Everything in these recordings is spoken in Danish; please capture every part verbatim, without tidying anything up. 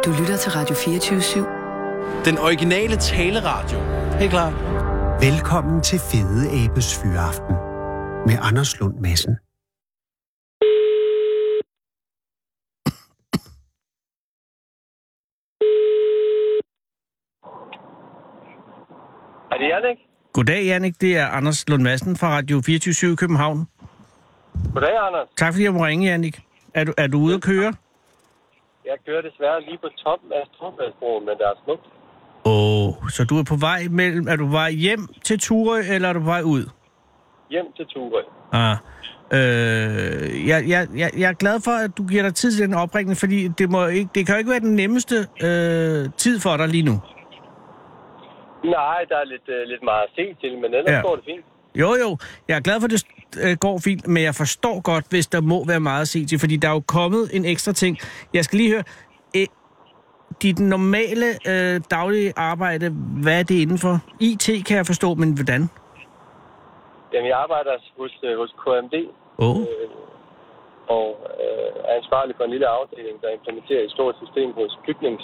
Du lytter til Radio fireogtyve syv. Den originale taleradio. Helt klar. Velkommen til Fede Abes Fyraften med Anders Lund Madsen. Er det Jannik? Goddag, Jannik. Det er Anders Lund Madsen fra Radio fireogtyve syv i København. Goddag, Anders. Tak fordi jeg må ringe, Jannik. Er du, er du ude at køre? Jeg kører desværre lige på toppen af Storebæltsbroen, men der er smukt. Åh, oh, så du er på vej mellem... Er du på vej hjem til Turø, eller er du på vej ud? Hjem til Turø. Ah. Øh, jeg, jeg, jeg, jeg er glad for, at du giver dig tid til den opringning, fordi det, må ikke, det kan jo ikke være den nemmeste øh, tid for dig lige nu. Nej, der er lidt, øh, lidt meget at se til, men ellers ja. går det fint. Jo, jo. Jeg er glad for, at det øh, går fint, men jeg forstår godt, hvis der må være meget at se til, fordi der er jo kommet en ekstra ting. Jeg skal lige høre, øh, dit normale øh, daglige arbejde, hvad er det inden for? I T kan jeg forstå, men hvordan? Jamen, jeg arbejder hos, øh, hos K M D, oh. øh, og øh, er ansvarlig for en lille afdeling, der implementerer et stort system hos bygnings.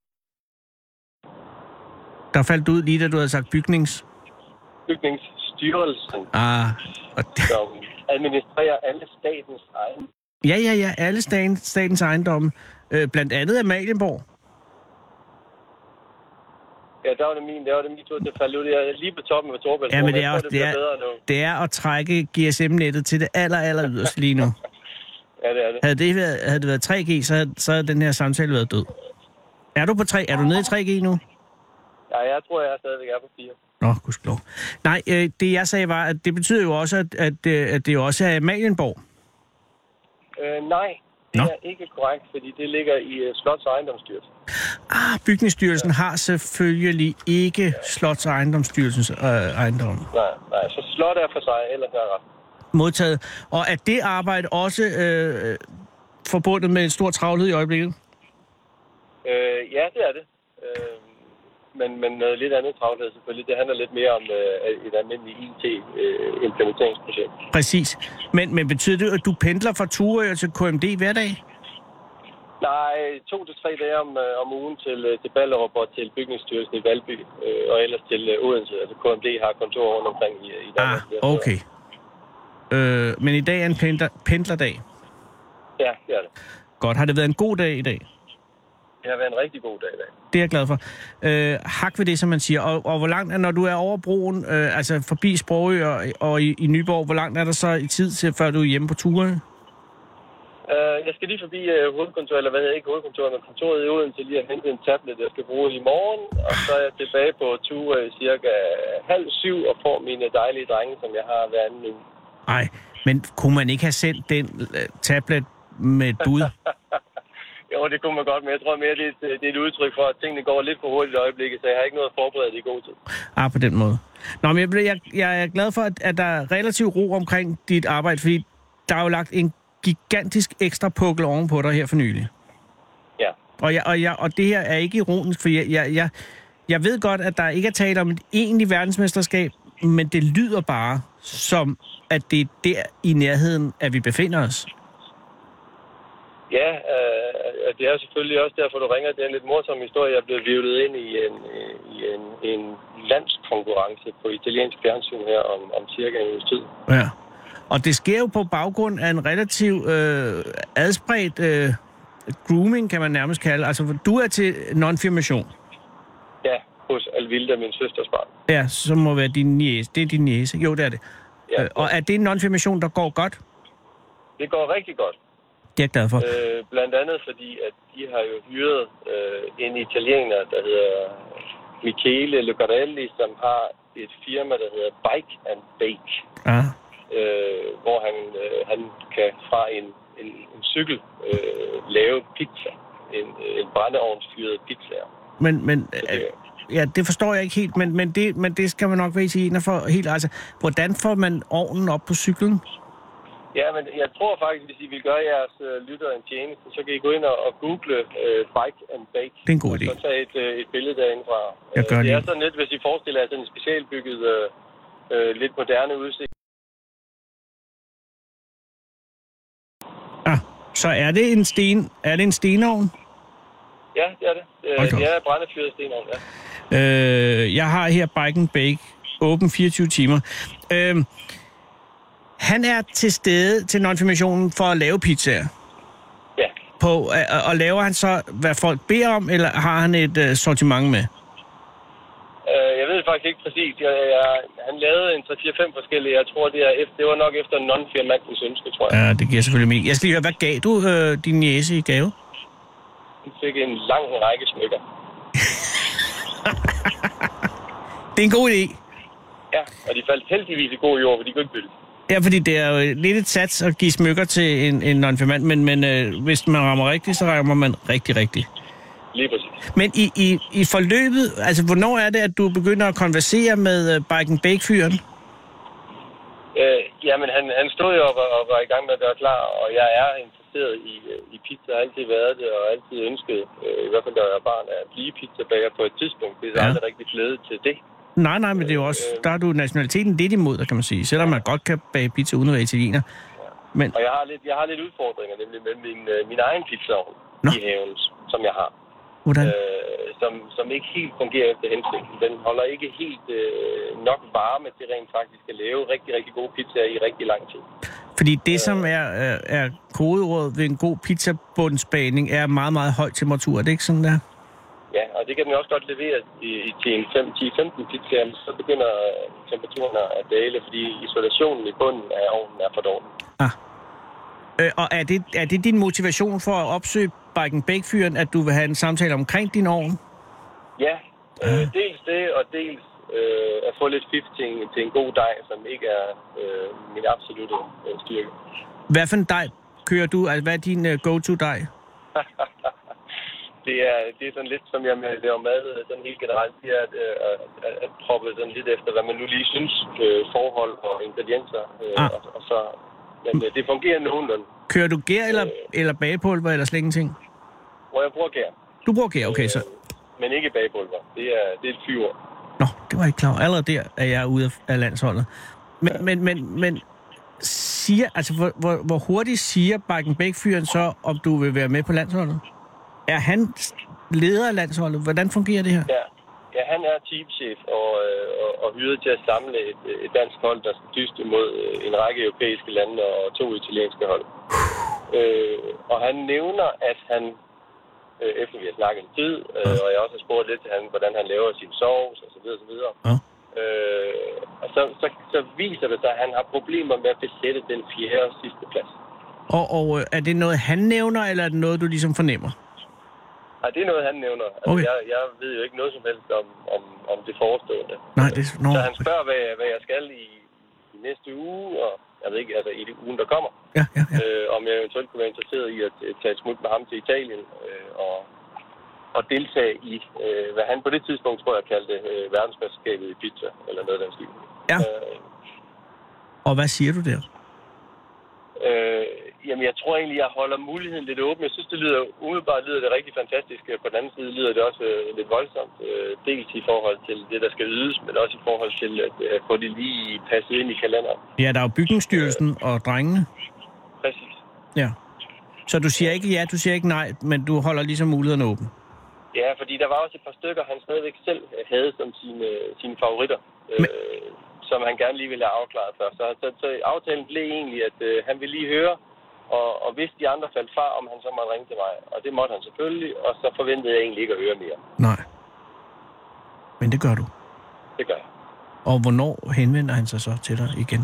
Der faldt ud lige, da du havde sagt bygnings. Bygningsstyrelsen, ah, og det... som administrerer alle statens ejendomme. Ja, ja, ja, alle statens, statens ejendomme. Øh, blandt andet Amalienborg. Ja, der var det min, der var det min tur til at falde ud. Jeg er lige på toppen af Storebæltsbroen. Ja, men det er, tror, også, det, det, er, det er at trække G S M-nettet til det aller, aller yderste lige nu. Ja, det er det. Havde det været, havde det været tre G, så havde, så havde den her samtale været død. Er du på tre? Er du nede i tre G nu? Ja, jeg tror, jeg stadigvæk er på fire. Nå, gudskelov. Nej, øh, det jeg sagde var, at det betyder jo også, at, at, at det jo også er Amalienborg. Øh, nej, det Nå. er ikke korrekt, fordi det ligger i uh, Slots- og Ejendomsstyrelsen. Ah, Bygningsstyrelsen ja. har selvfølgelig ikke ja. Slots- og Ejendomsstyrelsens øh, ejendom. Nej, nej, så Slot er for sig, ellers er ret. Modtaget. Og er det arbejde også øh, forbundet med en stor travlhed i øjeblikket? Øh, ja, det er det. Øh, men, men noget lidt andet travlhed selvfølgelig. Det handler lidt mere om øh, et almindeligt I T-implementeringsprojekt. Øh, Præcis. Men, men betyder det, at du pendler fra Turø til K M D hver dag? Nej, to til tre dage om, øh, om ugen til, øh, til Ballerup og til Bygningsstyrelsen i Valby, øh, og ellers til øh, Odense. Altså K M D har kontor rundt omkring i, i Danmark. Ah, okay. Øh, men i dag er en pendler, pendlerdag? Ja, det er det. Godt. Har det været en god dag i dag? Det har været en rigtig god dag i dag. Det er jeg glad for. Øh, hak ved det, som man siger. Og, og hvor langt er, når du er over broen, øh, altså forbi Sprogø og, og i, i Nyborg, hvor langt er der så i tid til, før du er hjemme på Turø? Uh, jeg skal lige forbi uh, hovedkontoret, eller hvad hedder ikke hovedkontoret, men kontoret i Odense lige at hente en tablet, jeg skal bruge i morgen. Og så er jeg tilbage på Turø uh, cirka halv syv og får mine dejlige drenge, som jeg har hver anden uge. Nej, men kunne man ikke have sendt den uh, tablet med et bud? Jo, det kunne man godt, men jeg tror mere, det er, et, det er et udtryk for, at tingene går lidt for hurtigt i øjeblikket, så jeg har ikke noget forberedt i god tid. Ah, på den måde. Nå, men jeg, jeg, jeg er glad for, at, at der er relativt ro omkring dit arbejde, fordi der er jo lagt en gigantisk ekstra pukkel ovenpå dig her for nylig. Ja. Og, jeg, og, jeg, og det her er ikke ironisk, for jeg, jeg, jeg, jeg ved godt, at der ikke er tale om et egentligt verdensmesterskab, men det lyder bare som, at det er der i nærheden, at vi befinder os. Ja, øh, det er selvfølgelig også derfor, du ringer. Det er en lidt morsom historie. Jeg er blevet hvirvlet ind i en, i en, en landskonkurrence på italiensk fjernsyn her om, om cirka en uges tid. Ja, og det sker jo på baggrund af en relativt øh, adspredt øh, grooming, kan man nærmest kalde. Altså, du er til non-firmation. Ja, hos Alvilda, min søsters barn. Ja, som må være din niece. Det er din niece. Jo, det er det. Ja, øh, og er det en non-firmation, der går godt? Det går rigtig godt. Det er jeg glad for. Øh, blandt andet fordi, at de har jo hyret øh, en italiener, der hedder Michele Lucarelli, som har et firma, der hedder Bike and Bake. Ah. Øh, hvor han, øh, han kan fra en, en, en cykel øh, lave pizza. En, en brændeovnsfyret pizza. Men, men det, ja, det forstår jeg ikke helt, men, men, det, men det skal man nok være i en for helt. Altså, hvordan får man ovnen op på cyklen? Ja, men jeg tror faktisk, hvis I vil gøre jeres uh, lytter en tjeneste, så kan I gå ind og, og google uh, Bike and Bake. Det er en god idé. Og så tage et, uh, et billede derindefra. Jeg gør uh, det det. er sådan lidt, hvis I forestiller jer sådan en specialbygget, uh, uh, lidt moderne udsigt. Ah, så er det en sten, er det en stenovn? Ja, det er det. Okay. Det er brændefyret stenovn, ja. Øh, jeg har her Bike and Bake, åben fireogtyve timer. Øh, han er til stede til konfirmationen for at lave pizzaer. Ja. På, og, og laver han så, hvad folk beder om, eller har han et uh, sortiment med? Uh, jeg ved det faktisk ikke præcis. Jeg, jeg, han lavede en tre fire fem forskellige. Jeg tror, det, er efter, det var nok efter en non-firmantens ønske, tror jeg. Ja, det giver selvfølgelig mening. Jeg skal lige høre, hvad gav du øh, din niece i gave? Hun fik en lang række smykker. Det er en god idé. Ja, og de faldt heldigvis i god jord, for de kunne ikke bytte. Ja, fordi det er jo lidt et sats at give smykker til en, en non-firmant, men, men øh, hvis man rammer rigtigt, så rammer man rigtig rigtigt. Lige præcis. Men i, i, i forløbet, altså hvornår er det, at du begynder at konversere med uh, Bike and Bake-fyren? Øh, jamen, han, han stod jo og var, og var i gang med at gøre klar, og jeg er interesseret i, i pizza. Jeg har altid været det, og altid ønsket, øh, i hvert fald da jeg var barn, at blive pizzabager på et tidspunkt. Det er Ja. aldrig rigtig blevet til det. Nej, nej, men det er jo også, der er du nationaliteten lidt imod, der kan man sige. Selvom man godt kan bage pizza uden at være italiener. Men, Og jeg har lidt, jeg har lidt udfordringer, nemlig med min, øh, min egen pizzaovn Nå. i haven, som jeg har. hvordan? Øh, som, som ikke helt fungerer efter hensigten. Den holder ikke helt øh, nok varme til rent faktisk at lave rigtig, rigtig gode pizzaer i rigtig lang tid. Fordi det, som er, er, er kodeordet ved en god pizzabundsbagning, er meget, meget høj temperatur. Er det ikke sådan der? Ja, og det kan den jo også godt levere i, i til en fem ti femten pizzaer, så begynder temperaturen at dale, fordi isolationen i bunden af ovnen er for dårlig. Ah. Øh, og er det, er det din motivation for at opsøge Bike and Bake-fyren, at du vil have en samtale omkring din ovn? Ja, øh, dels det, og dels øh, at få lidt fif til, til en god dej, som ikke er øh, min absolutte øh, styrke. Hvad for en dej kører du? Altså, hvad er din uh, go-to-dej? det, er, det er sådan lidt, som jeg laver mad sådan helt generelt, det er at, at, at, at proppe sådan lidt efter, hvad man nu lige synes, øh, forhold og ingredienser, øh, Ah. og, og så... Men øh, det fungerer nogenlunde. Kører du gær eller, eller bagepulver eller slet ingenting? Hvor jeg bruger gær. Du bruger gær, okay, så... Men ikke bagepulver. Det er, det er et fyr. Nå, det var jeg ikke klar over. Allerede der er jeg ude af landsholdet. Men, ja. men, men, men siger, altså, hvor, hvor, hvor hurtigt siger Bike and Bake-fyren så, om du vil være med på landsholdet? Er han leder af landsholdet? Hvordan fungerer det her? Ja, ja han er teamchef og, øh, og, og hyret til at samle et, et dansk hold, der skal dyste imod en række europæiske lande og to italienske hold. øh, og han nævner, at han, øh, efter vi har snakket en tid, øh, og jeg også har spurgt lidt til ham, hvordan han laver sin sovs og så videre, så videre. Ja. Øh, og så, så, så viser det sig, at han har problemer med at besætte den fjerde og sidste plads. Og, og er det noget, han nævner, eller er det noget, du ligesom fornemmer? Nej, det er noget, han nævner. Altså, Okay. jeg, jeg ved jo ikke noget som helst om, om, om det forestående. Nej, det er... Nå, Så han spørger, hvad, hvad jeg skal i, i næste uge, og jeg ved ikke, altså i det ugen, der kommer. Ja, ja, ja. Øh, om jeg eventuelt kunne være interesseret i at øh, tage et smut med ham til Italien, øh, og, og deltage i, øh, hvad han på det tidspunkt, tror jeg, kaldte øh, verdensmesterskabet i pizza, eller noget af den stil. Ja. Øh, Og hvad siger du der? Øh, jamen, jeg tror egentlig, jeg holder muligheden lidt åben. Jeg synes, det lyder umiddelbart lyder det rigtig fantastisk. På den anden side lyder det også øh, lidt voldsomt. Øh, dels i forhold til det, der skal ydes, men også i forhold til at øh, få det lige passet ind i kalenderen. Ja, der er jo Bygningsstyrelsen og drengene. Præcis. Ja. Så du siger ikke ja, du siger ikke nej, men du holder ligesom muligheden åben. Ja, fordi der var også et par stykker, han stadigvæk selv havde som sine, sine favoritter, Men... øh, som han gerne lige ville have afklaret først. Så, så, så aftalen blev egentlig, at øh, han ville lige høre, og, og hvis de andre faldt fra, om han så måtte ringe til mig. Og det måtte han selvfølgelig, og så forventede jeg egentlig ikke at høre mere. Nej. Men det gør du. Det gør jeg. Og hvornår henvender han sig så til dig igen?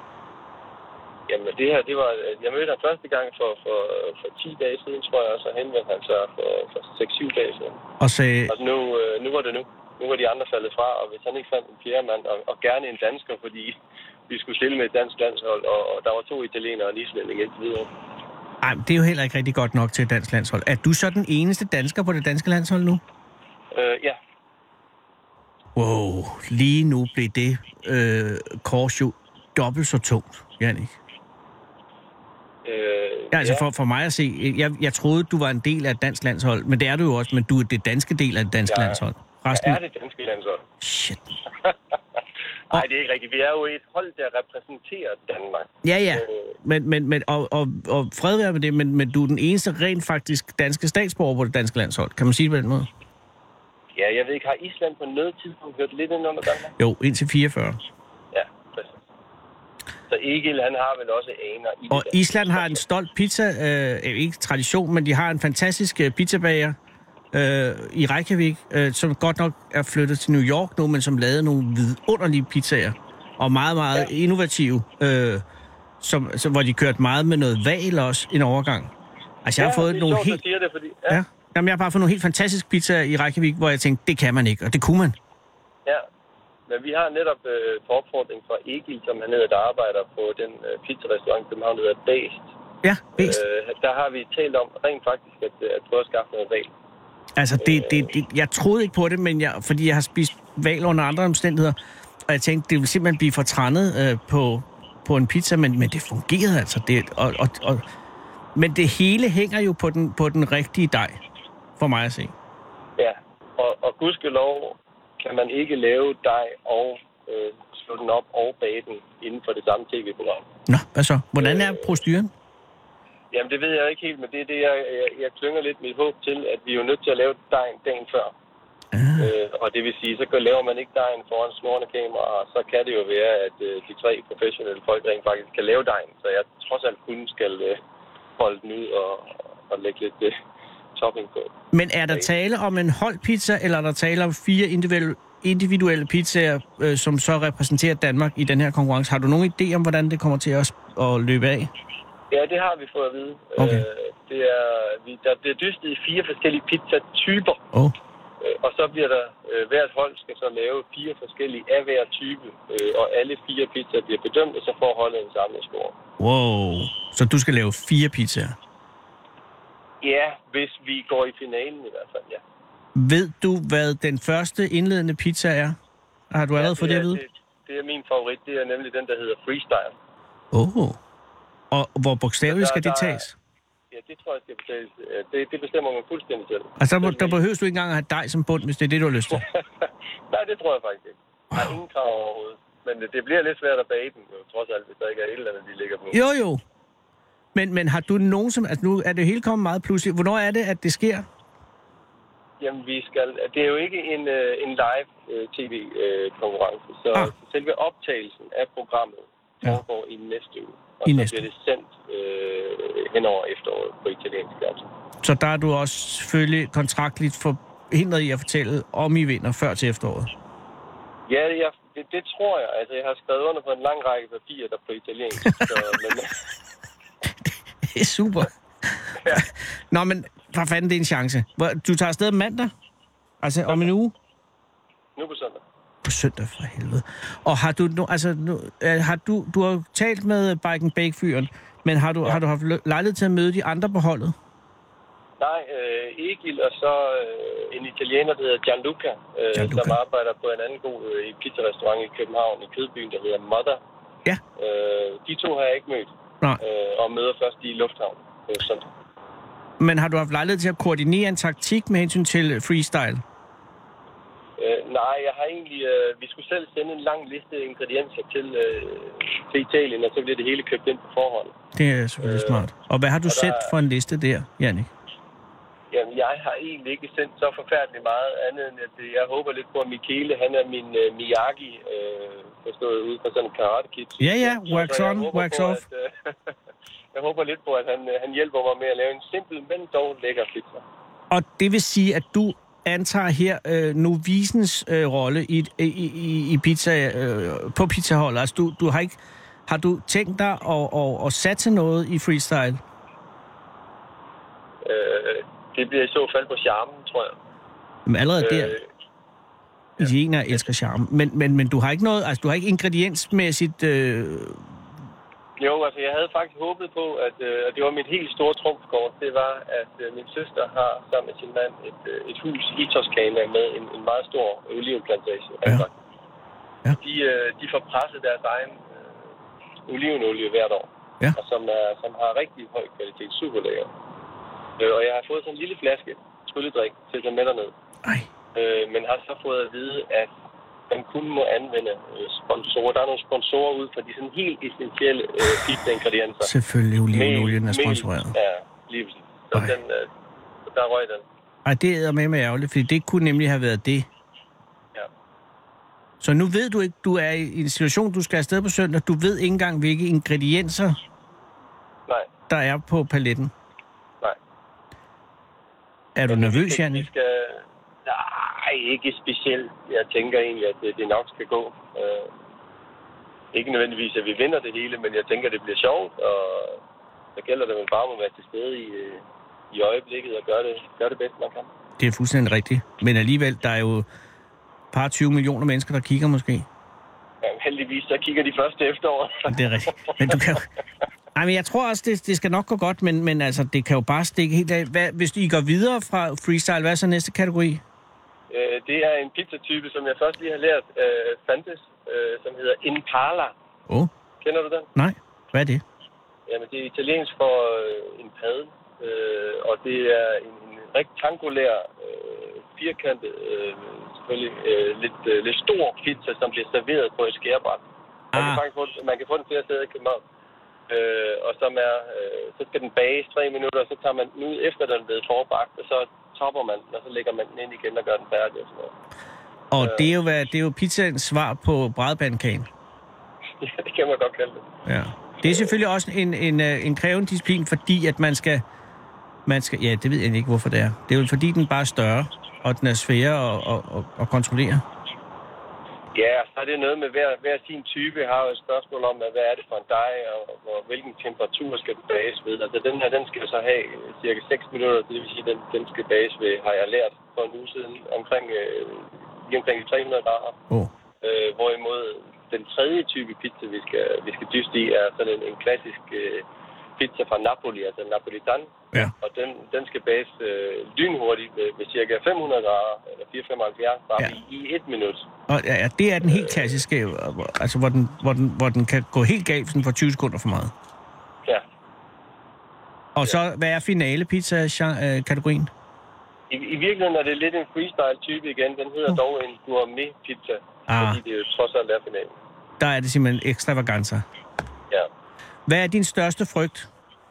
Jamen det her, det var, jeg mødte ham første gang for, for, for ti dage siden, tror jeg, og så henvendte han sig for, for seks syv dage siden. Og sagde... Og nu, nu var det nu. Nu var de andre faldet fra, og hvis han ikke fandt en fjerde mand, og, og gerne en dansker, fordi vi skulle stille med et dansk landshold, og, og der var to italienere og en islænding indtil videre. Ej, det er jo heller ikke rigtig godt nok til et dansk landshold. Er du så den eneste dansker på det danske landshold nu? Øh, ja. Wow, lige nu blev det øh, kors jo dobbelt så tungt, Jannik. Øh, Ja, altså ja. for, for mig at se, jeg, jeg troede, du var en del af et dansk landshold, men det er du jo også, men du er det danske del af et dansk Ja. landshold. Resten... Jeg er det danske landshold. Shit. Nej, det er ikke rigtigt. Vi er jo et hold, der repræsenterer Danmark. Ja, ja. Men, men, men, og, og, og fred være med det, men, men du er den eneste rent faktisk danske statsborger på det danske landshold. Kan man sige det på den måde? Ja, jeg ved ikke, har Island på noget tidspunkt hørt lidt ind under Danmark? Jo, indtil fireogfyrre. Ja, præcis. Så Egil, han har vel også aner i Og det. Island har en stolt pizza, øh, ikke tradition, men de har en fantastisk øh, pizzabager øh, i Reykjavik, øh, som godt nok er flyttet til New York nu, men som lavede nogle vidunderlige pizzaer. Og meget, meget ja. innovative, øh, som, som, hvor de kørte meget med noget val også en overgang. Altså, jeg har ja, fået det er nogle sjovt, helt... siger det, fordi... Ja. Ja. Jamen, jeg har bare fået nogle helt fantastiske pizzaer i Reykjavik, hvor jeg tænkte, det kan man ikke, og det kunne man. Ja, men vi har netop øh, på opfordring fra Egil, som han hedder, der arbejder på den øh, pizzarestaurant, som han hedder Based. Ja, Based. Øh, der har vi talt om rent faktisk at, at prøve at skaffe noget val. Altså, det, det, det, jeg troede ikke på det, men jeg, fordi jeg har spist val under andre omstændigheder, og jeg tænkte, det ville simpelthen blive fortrænet øh, på, på en pizza, men, men det fungerede altså. Det, og, og, og, men det hele hænger jo på den, på den rigtige dej, for mig at se. Ja, og, og gudskelov kan man ikke lave dej og øh, slå den op og bage den inden for det samme tv-program. Nå, hvad så? Hvordan er proceduren? Jamen, det ved jeg ikke helt, men det er det, jeg, jeg, jeg klynger lidt mit håb til, at vi er jo nødt til at lave dejen dagen før. Ah. Øh, og det vil sige, så laver man ikke dejen foran snurrende kamera, og så kan det jo være, at øh, de tre professionelle folk rent faktisk kan lave dejen. Så jeg trods alt kun skal øh, holde den ud og, og lægge lidt øh, topping på. Men er der tale om en holdpizza, eller er der tale om fire individuelle, individuelle pizzaer, øh, som så repræsenterer Danmark i den her konkurrence? Har du nogen idé om, hvordan det kommer til at, at løbe af? Ja, det har vi fået at vide. Okay. Øh, det er, vi, der bliver dystet i fire forskellige pizzatyper. Oh. Øh, og så bliver der, øh, hvert hold skal så lave fire forskellige af hver type. Øh, og alle fire pizzaer bliver bedømt, og så får holdet en samlet score. Wow. Så du skal lave fire pizzaer? Ja, hvis vi går i finalen i hvert fald, ja. Ved du, hvad den første indledende pizza er? Har du allerede ja, fået det at vide? Det, det er min favorit. Det er nemlig den, der hedder Freestyle. Åh. Oh. Og hvor bogstaveligt skal der, det der, tages? Ja, det tror jeg skal betales. Det, det bestemmer man fuldstændig selv. Altså, der, der behøves du ikke engang at have dej som bund, hvis det er det, du har lyst til? Nej, det tror jeg faktisk ikke. Der er ingen krav overhovedet. Men det, det bliver lidt svært at bage den, jo, trods alt, hvis der ikke er et eller andet, de ligger på. Jo, jo. Men, men har du nogen som... Altså, nu er det hele kommet meget pludselig. Hvornår er det, at det sker? Jamen, vi skal... Det er jo ikke en, en live tv-konkurrence, så ah. selve optagelsen af programmet foregår ja. i næste uge. Og I så næste. bliver det sendt øh, hen over efteråret på italiensk fjernsyn. Så der er du også selvfølgelig kontraktligt forhindret i at fortælle, om I vinder før til efteråret? Ja, jeg, det, det tror jeg. Altså, jeg har skrevet under på en lang række papirer, der på italiensk. Så, men... Det er super. Ja. Nå, men for fanden, det er en chance. Du tager afsted mandag? Altså om en uge? Nu på søndag. På søndag, for helvede. Og har du, no, altså, no, har du, du har talt med Bike and Bake-fyren, men har du, ja. har du haft lejlighed til at møde de andre på holdet? Nej, øh, Egil og så øh, en italiener, der hedder Gianluca, øh, Gianluca, som arbejder på en anden god øh, pizzarestaurant i København, i Kødbyen, der hedder Mother. Ja. Øh, de to har jeg ikke mødt, øh, og møder først i lufthavn øh, søndag. Men har du haft lejlighed til at koordinere en taktik med hensyn til freestyle? Øh, nej, jeg har egentlig... Øh, vi skulle selv sende en lang liste ingredienser til, øh, til Italien, og så bliver det hele købt ind på forhånd. Det er selvfølgelig øh, smart. Og hvad har du sendt der... for en liste der, Jannik? Jamen, jeg har egentlig ikke sendt så forfærdeligt meget andet, end at jeg håber lidt på, at Michele, han er min uh, Miyagi, øh, forstået ude fra sådan en Karate Kid. Ja, ja, wax så on, wax på, off. At, øh, jeg håber lidt på, at han, han hjælper mig med at lave en simpel, men dog lækker pizza. Og det vil sige, at du antager her øh, novisens øh, rolle i, i, i, i pizza, øh, på pizzaholdet. Altså, du, du har ikke... Har du tænkt dig at, at, at satse noget i freestyle? Øh, det bliver i så fald på charmen, tror jeg. Men allerede øh, der... Ja. Italiener elsker charme. Men, men, men du har ikke noget... Altså, du har ikke ingrediensmæssigt... Øh... Jo, altså, jeg havde faktisk håbet på, at, øh, at det var mit helt store trumfkort. Det var, at øh, min søster har sammen med sin mand et, øh, et hus i Toskana med en, en meget stor olivenplantage. Ja. Ja. De, øh, de får presset deres egen øh, olivenolie hvert år. Ja. Og som, er, som har rigtig høj kvalitet, super lækker. Øh, og jeg har fået sådan en lille flaske trylledrik til at tage med derned. Ej. Øh, men har så fået at vide, at man kun må anvende øh, sponsorer. Der er nogle sponsorer ud for de sådan helt essentielle øh, pizza-ingredienser. Selvfølgelig olivenolien er sponsoreret. Ja, lige præcis. Så den, øh, der røg den. Ej, det er med med ærgerligt, fordi det kunne nemlig have været det. Ja. Så nu ved du ikke, du er i en situation, du skal afsted på søndag. Du ved ikke engang, hvilke ingredienser, Nej. der er på paletten. Nej. Er du nervøs, Jannik? Vi skal... Nej, ikke specielt. Jeg tænker egentlig, at det, det nok skal gå. Uh, ikke nødvendigvis, at vi vinder det hele, men jeg tænker, at det bliver sjovt, og så gælder det vel bare at være til stede i, i øjeblikket og gøre det, gøre det bedst, man kan. Det er fuldstændig rigtigt. Men alligevel, der er jo et par tyve millioner mennesker, der kigger måske. Ja, heldigvis, så kigger de først efterår. Det er rigtigt. Men du kan jo... Nej, men jeg tror også, det, det skal nok gå godt, men, men altså, det kan jo bare stikke helt af. Hvad, hvis I går videre fra freestyle, hvad er så næste kategori? Øh, det er en pizzatype, som jeg først lige har lært, øh, fandtes, øh, som hedder Impala. Åh. Oh. Kender du den? Nej. Hvad er det? Jamen, det er italiensk for øh, en padel, øh, og det er en, en rektangulær, øh, firkantet, øh, selvfølgelig øh, lidt, øh, lidt stor pizza, som bliver serveret på et skærebræt. Man, ah. kan faktisk få, man kan få den flere steder i København. Øh, og som er, øh, så skal den bages tre minutter, og så tager man den ud efter den er blevet forbagt, og så topper man den, og så lægger man den ind igen og gør den færdig og sådan noget. Og øh, det er jo, hvad, det er jo pizzaens svar på brædebandekagen. Ja, det kan man godt kalde det. Ja. Det er selvfølgelig også en, en, en krævende disciplin, fordi at man skal, man skal... Ja, det ved jeg ikke, hvorfor det er. Det er jo fordi, den bare er større, og den er sværere at, at, at, at kontrollere. Ja, så er det noget med hver, hver sin type. Jeg har jo et spørgsmål om, hvad er det for en dej, og, og hvilken temperatur skal den bages ved. Altså den her, den skal så have cirka seks minutter, det vil sige, den, den skal bages ved, har jeg lært for en uge siden, omkring, øh, lige omkring tre hundrede grader. Oh. Øh, hvorimod den tredje type pizza, vi skal, vi skal dyste i, er sådan en, en klassisk øh, pizza fra Napoli, altså Napolitan. Ja. Og den, den skal bages øh, lynhurtigt ved, ved cirka fem hundrede grader, eller fire hundrede femoghalvfjerds grader, ja. i, i et minut. Og ja, det er den helt klassiske, altså hvor den, hvor den, hvor den kan gå helt galt sådan for tyve sekunder for meget. Ja. Og så, hvad er finale-pizza-kategorien? I, I virkeligheden er det lidt en freestyle-type igen. Den hedder uh. dog en gourmet-pizza, ah. fordi det jo trods alt er finalen. Der er det simpelthen extravaganza. Ja. Hvad er din største frygt?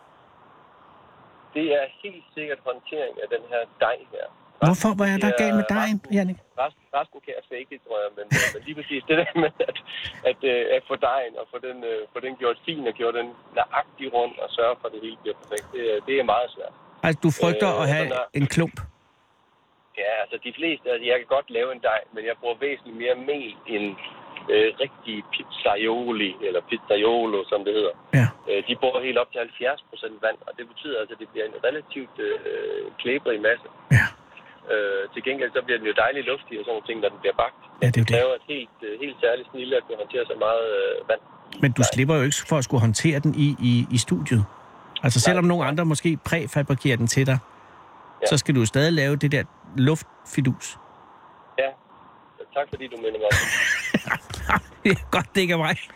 Det er helt sikkert håndtering af den her dej her. Resten, Hvorfor? Hvad er der er, galt med dejen, Jannik? Resten, resten kan jeg fake it, tror jeg, men, men lige præcis det der med at, at, at få dejen og få den, få den gjort fin og gjort den nøjagtig rundt og sørge for, at det hele bliver perfekt, det, det er meget svært. Altså, du frygter øh, at have der, en klump? Ja, altså de fleste, altså jeg kan godt lave en dej, men jeg bruger væsentligt mere mel end øh, rigtig pizzaioli, eller pizzaiolo, som det hedder. Ja. Øh, de bruger helt op til halvfjerds procent vand, og det betyder altså, at det bliver en relativt øh, klæbrig masse. Ja. Øh, til gengæld så bliver den jo dejligt luftig og sådan nogle ting, når den bliver bagt. Ja, det er jo det. Det kræver et helt, øh, helt særligt snille at kunne håndtere så meget øh, vand. Men du slipper jo ikke for at skulle håndtere den i, i, i studiet. Altså selvom nogle andre måske præfabrikerer den til dig, ja. Så skal du jo stadig lave det der luftfidus. Ja, tak fordi du minder mig om det. er godt, det ikke er mig.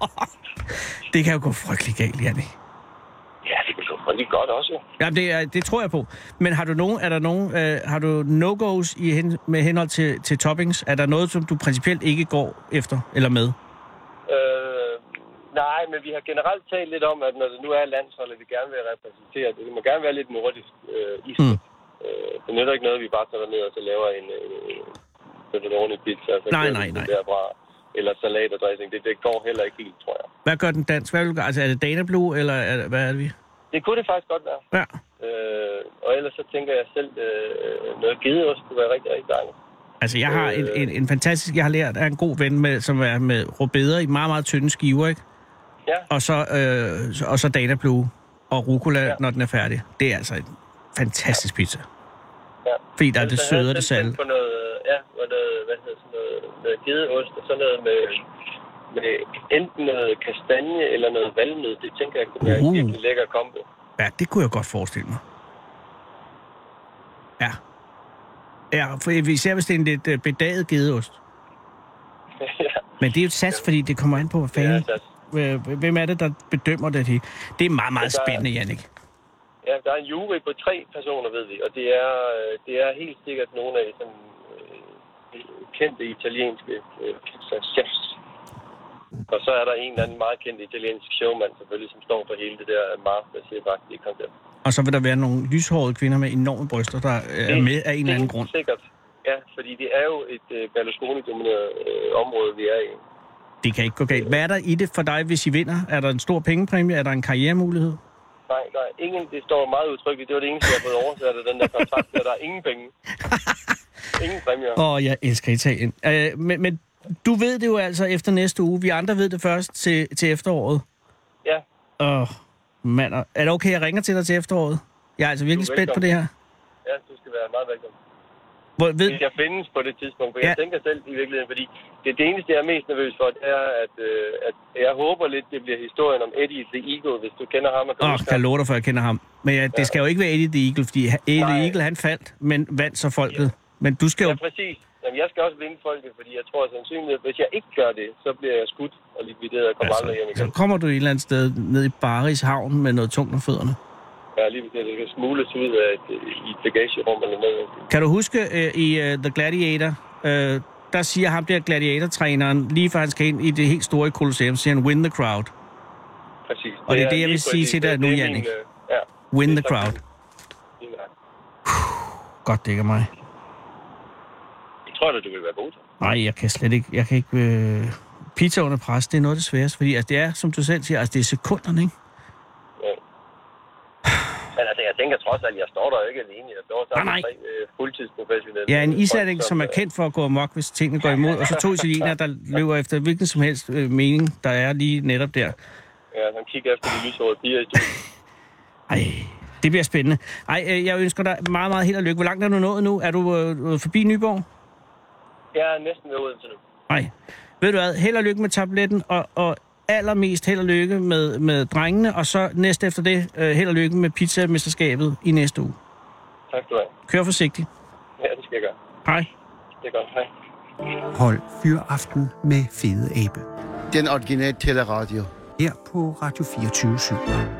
Det kan jo gå frygtelig galt, Jannik. Ja, det kan gå frygtelig godt også. Ja, det, er, det tror jeg på. Men har du nogen, er der nogen, øh, har du no-go's i hen, med henhold til, til toppings? Er der noget, som du principielt ikke går efter eller med? Øh, nej, men vi har generelt talt lidt om, at når det nu er landsholdet, vi gerne vil repræsentere det. Det må gerne være lidt nordisk øh, is. Mm. Øh, det nytter ikke noget, vi bare tager ned og så laver en, en, en ordentlig pizza. Så nej, nej, nej. Derfra, eller salat og dressing. Det, det går heller ikke helt, tror jeg. Hvad gør den dansk? Hvad vil du gøre? Altså, er det Dana Blue, eller er det, hvad er det vi? Det kunne det faktisk godt være. Ja. Øh, og ellers så tænker jeg selv, øh, noget gedeost kunne være rigtig, rigtig dejligt. Altså, jeg har øh, en, en, en fantastisk, jeg har lært af en god ven, med, som er med rødbeder i meget, meget tynde skiver, ikke? Ja. Og så, øh, og så Dana Blue og rucola, ja. Når den er færdig. Det er altså en fantastisk pizza. Ja. Fordi der er det søde og det salte. På noget, ja, og noget, hvad hedder sådan noget, noget gedeost, og så noget med, med enten noget kastanje eller noget valnød. Det tænker jeg kunne være uh. en virkelig lækker kombo. Ja, det kunne jeg godt forestille mig. Ja. Ja, for især hvis det er en lidt bedaget gedeost. Ja. Men det er jo et sats, fordi det kommer an på, hvad fanden. Ja, hvem er det, der bedømmer det her? Det er meget, meget spændende, Jannik. Ja, der er en jury på tre personer, ved vi, og det er, det er helt sikkert nogle af sådan, kendte italienske øh, pizza-chefs. Og så er der en eller anden meget kendt italiensk showmand selvfølgelig, som står for hele det der masterchef-agtige koncept. Og så vil der være nogle lyshårede kvinder med enorme bryster, der er med af en eller anden grund. Sikkert. Ja, fordi det er jo et øh, Berlusconi-domineret øh, område, vi er i. Det kan ikke gå galt. Hvad er der i det for dig, hvis I vinder? Er der en stor pengepræmie? Er der en karrieremulighed? Nej, der er ingen. Det står meget udtrykkeligt. Det var det eneste, jeg har fået oversat af den der kontrakt, der, der er ingen penge. Ingen præmier. Åh, oh, jeg elsker Italien. Øh, men, men du ved det jo altså efter næste uge. Vi andre ved det først til, til efteråret. Ja. Åh, oh, mand. Er det okay, jeg ringer til dig til efteråret? Jeg er altså virkelig spændt på det her. Ja, du skal være meget velkommen. Hvor, ved... Det skal findes på det tidspunkt, for ja. Jeg tænker selv i virkeligheden, fordi det, det eneste, jeg er mest nervøs for, det er, at, øh, at jeg håber lidt, det bliver historien om Eddie the Eagle, hvis du kender ham. Åh, oh, kan jeg love dig for, jeg kender ham. Men ja, det ja. skal jo ikke være Eddie the Eagle, fordi Eddie the Eagle, han faldt, men vandt så folket. Ja. Men du skal jo... Ja, præcis. Jamen, jeg skal også vinde folket, fordi jeg tror sandsynligt, at hvis jeg ikke gør det, så bliver jeg skudt og likvideret og kommer altså, aldrig hjem igen. Så kommer du et eller andet sted ned i Baris havn med noget tungt om fødderne. Ja, lige hvis det skal smugles ud af et, i et bagagerum eller noget. Kan du huske uh, i uh, The Gladiator, uh, der siger ham der gladiatortræneren, lige før han skal ind i det helt store Colosseum, siger han, win the crowd. Præcis. Og det er det, jeg vil sige til dig nu, Jannik. Ja, win the crowd. Godt, det ikke er mig. Jeg tror da, du vil være god til. Nej, jeg kan slet ikke. Jeg kan ikke... Øh... Pizza under pres, det er noget af det sværeste, fordi altså, det er, som du selv siger, altså det er sekunderne, ikke? Ja. Men altså, jeg tænker trods alt, jeg står der jo ikke alene. Jeg står sammen med tre øh, fuldtidsprofessionelle. Ja, en islanding, som er kendt for at gå amok, hvis tingene går imod, og så to italienere, der løber efter hvilken som helst øh, mening, der er lige netop der. Ja, han kigger efter de lyshårede piger i studiet. Ej, det bliver spændende. Ej, øh, jeg ønsker dig meget, meget held og lykke. Hvor langt er du nået nu? Er du øh, forbi Nyborg? Jeg er næsten ved Odense nu. Nej. Ved du hvad? Held og lykke med tabletten, og, og allermest held og lykke med, med drengene, og så næste efter det, øh, held og lykke med pizzamesterskabet i næste uge. Tak skal du have. Kør forsigtigt. Ja, det skal jeg gøre. Hej. Det er godt. Hej. Hold Fyraften med Fede Abe. Den originale teleradio. Her på Radio fireogtyve syv.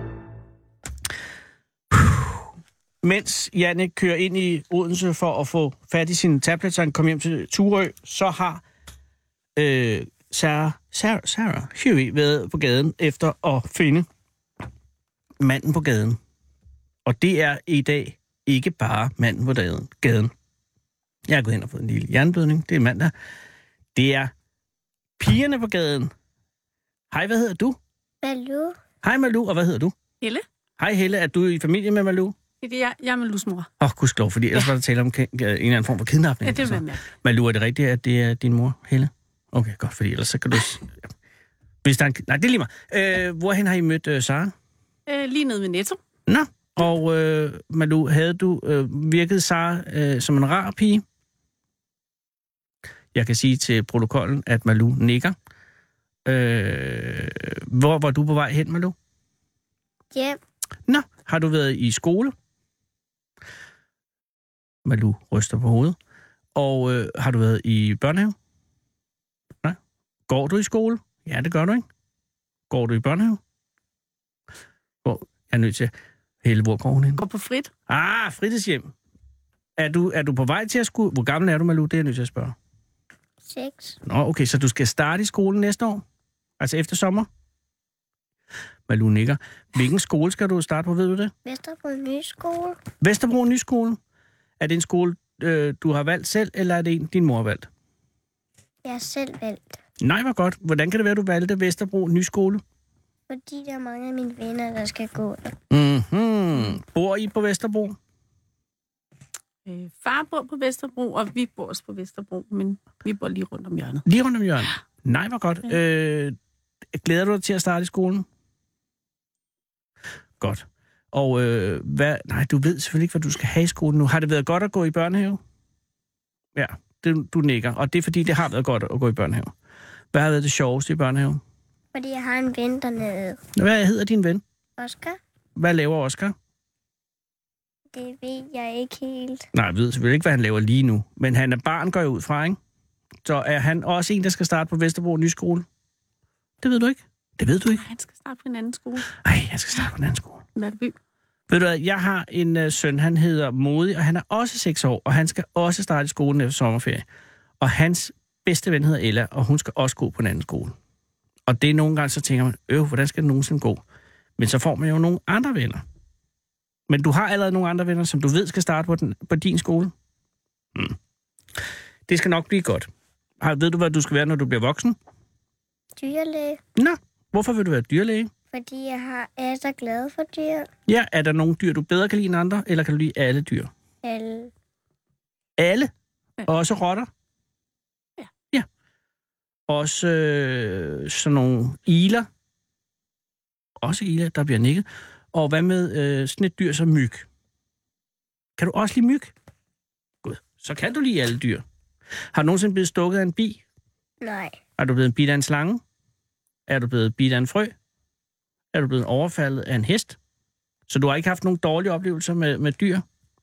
Mens Jannik kører ind i Odense for at få fat i sine tablets, så han kommer hjem til Turø, så har øh, Sarah, Sarah, Sarah Huey været på gaden efter at finde manden på gaden. Og det er i dag ikke bare manden på gaden. Jeg har gået hen og fået en lille jernblødning. Det er mandag. Det er pigerne på gaden. Hej, hvad hedder du? Malou. Hej Malou, og hvad hedder du? Helle. Hej Helle, er du i familie med Malou? Det er jeg. Jeg er Malous mor. Åh, oh, gudskelov, fordi ellers ja. var der tale om en eller anden form for kidnapning. Ja, det vil jeg. Malou, er det rigtigt, at det er din mor, Helle? Okay, godt, fordi ellers så kan du... Hvis der er en... Nej, det er lige mig. Øh, hvorhen har I mødt øh, Sara? Øh, lige nede ved Netto. Nå, og øh, Malou, havde du øh, virket Sara øh, som en rar pige? Jeg kan sige til protokollen, at Malou nikker. Øh, hvor var du på vej hen, Malou? Ja. Nå, har du været i skole? Malou ryster på hovedet. Og øh, har du været i børnehave? Nej. Går du i skole? Ja, det gør du, ikke? Går du i børnehave? Hvor, jeg er nødt til at... Helle, hvor går hun hen? Går på frit. Ah, fritidshjem. Er du, er du på vej til at skulle... Hvor gammel er du, Malou? Det er jeg nødt til at spørge. Seks. Nå, okay, så du skal starte i skolen næste år? Altså efter sommer? Malou nikker. Hvilken skole skal du starte på, ved du det? Vesterbro Nyskole. Vesterbro Nyskole. Er det en skole, øh, du har valgt selv, eller er det en, din mor har valgt? Jeg har selv valgt. Nej, hvor godt. Hvordan kan det være, at du valgte Vesterbro Nyskole? Fordi der er mange af mine venner, der skal gå der. Mhm. Bor I på Vesterbro? Øh, far bor på Vesterbro, og vi bor også på Vesterbro, men vi bor lige rundt om hjørnet. Lige rundt om hjørnet? Nej, hvor godt. Ja. Øh, glæder du dig til at starte i skolen? Godt. Og øh, hvad... Nej, du ved selvfølgelig ikke, hvad du skal have i skolen nu. Har det været godt at gå i børnehave? Ja, det, du nikker. Og det er fordi, det har været godt at gå i børnehave. Hvad har været det sjoveste i børnehave? Fordi jeg har en ven dernede. Hvad hedder din ven? Oscar. Hvad laver Oscar? Det ved jeg ikke helt. Nej, jeg ved selvfølgelig ikke, hvad han laver lige nu. Men han er barn, går jeg ud fra, ikke? Så er han også en, der skal starte på Vesterbro Nyskole? Det ved du ikke? Det ved du ikke? Nej, han skal starte på en anden skole. Nej, han skal starte på en anden skole. Valby. Ved du hvad, jeg har en uh, søn, han hedder Modig, og han er også seks år, og han skal også starte i skolen efter sommerferie. Og hans bedste ven hedder Ella, og hun skal også gå på en anden skole. Og det er nogle gange, så tænker man, øh, hvordan skal det nogensinde gå? Men så får man jo nogle andre venner. Men du har allerede nogle andre venner, som du ved skal starte på, den, på din skole? Hmm. Det skal nok blive godt. Har, ved du, hvad du skal være, når du bliver voksen? Dyrlæge. Nå, hvorfor vil du være dyrlæge? Fordi jeg har, er så glad for dyr. Ja, er der nogle dyr, du bedre kan lide end andre, eller kan du lide alle dyr? Alle. Alle? Ja. Også rotter? Ja. Ja. Også øh, sådan nogle iler? Også iler, der bliver nikket. Og hvad med øh, sådan et dyr som myg? Kan du også lide myg? Gud, så kan du lide alle dyr. Har du nogensinde blevet stukket af en bi? Nej. Er du blevet bidt af en slange? Er du blevet bidt af en frø? Er du blevet overfaldet af en hest? Så du har ikke haft nogen dårlige oplevelser med, med dyr?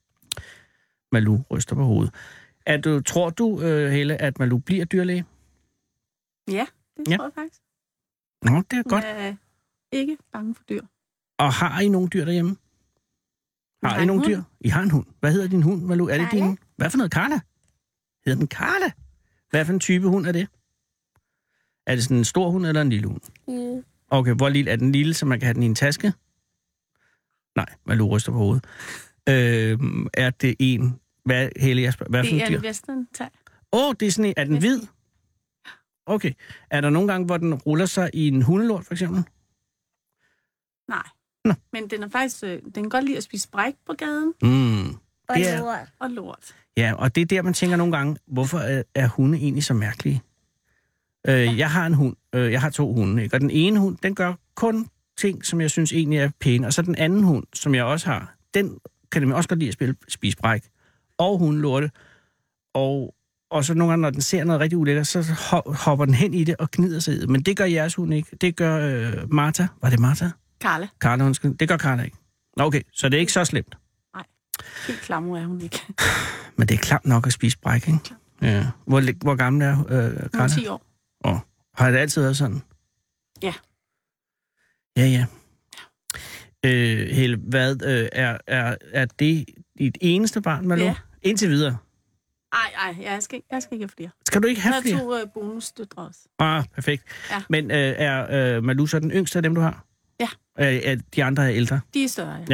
Malou ryster på hovedet. Er du, tror du, øh, Helle, at Malou bliver dyrlæge? Ja, det Ja. tror jeg faktisk. Nå, det er godt. Jeg er ikke bange for dyr. Og har I nogle dyr derhjemme? Har har I en nogle hund. dyr? I har en hund. Hvad hedder din hund, Malou? Er det Carla. din? Hvad for noget? Carla? Hedder den Carla? Hvad for en type hund er det? Er det sådan en stor hund eller en lille hund? Mm. Okay, hvor lille er den lille, så man kan have den i en taske? Nej, Malou ryster på hovedet. Øh, er det en... Hvad, Helle, jeg spørger, hvad for Det en er dyr? en western-tag. Åh, oh, det er sådan en... Er den hvid? Okay. Er der nogle gange, hvor den ruller sig i en hundelort, for eksempel? Nej. Nå. Men den er faktisk... Øh, den kan godt lide at spise bræk på gaden. Mm. Og Det er- lort. Og lort. Ja, og det er der, man tænker nogle gange, hvorfor er, er hunde egentlig så mærkelige? Øh, jeg har en hund. Øh, jeg har to hunde, ikke? Og den ene hund, den gør kun ting, som jeg synes egentlig er pæne. Og så den anden hund, som jeg også har, den kan den også godt lide at spille, spise bræk. Og hundelorte. Og, og så nogle gange, når den ser noget rigtig ulækkert, så ho- hopper den hen i det og gnider sig i det. Men det gør jeres hund ikke. Det gør øh, Martha. Var det Martha? Karla. Carla, undskyld. Det gør Carla ikke. Nå, okay, så det er ikke så slemt. Helt klammer er hun ikke. Men det er klamt nok at spise bræk, ikke? Ja. Hvor, hvor gammel er øh, Hun er Carla? ti år. Oh. Har det altid været sådan? Ja. Ja, ja. Øh, Helle, hvad øh, er, er, er det dit eneste barn, Malou? Ja. Indtil videre. Ej, ej, jeg skal, jeg skal ikke have flere. Skal du ikke have Jeg flere? har to uh, bonusdøtre også. Ah, perfekt. Ja. Men øh, er øh, Malou så den yngste af dem, du har? Ja. Er, er de andre er ældre? De er større, ja. Ja.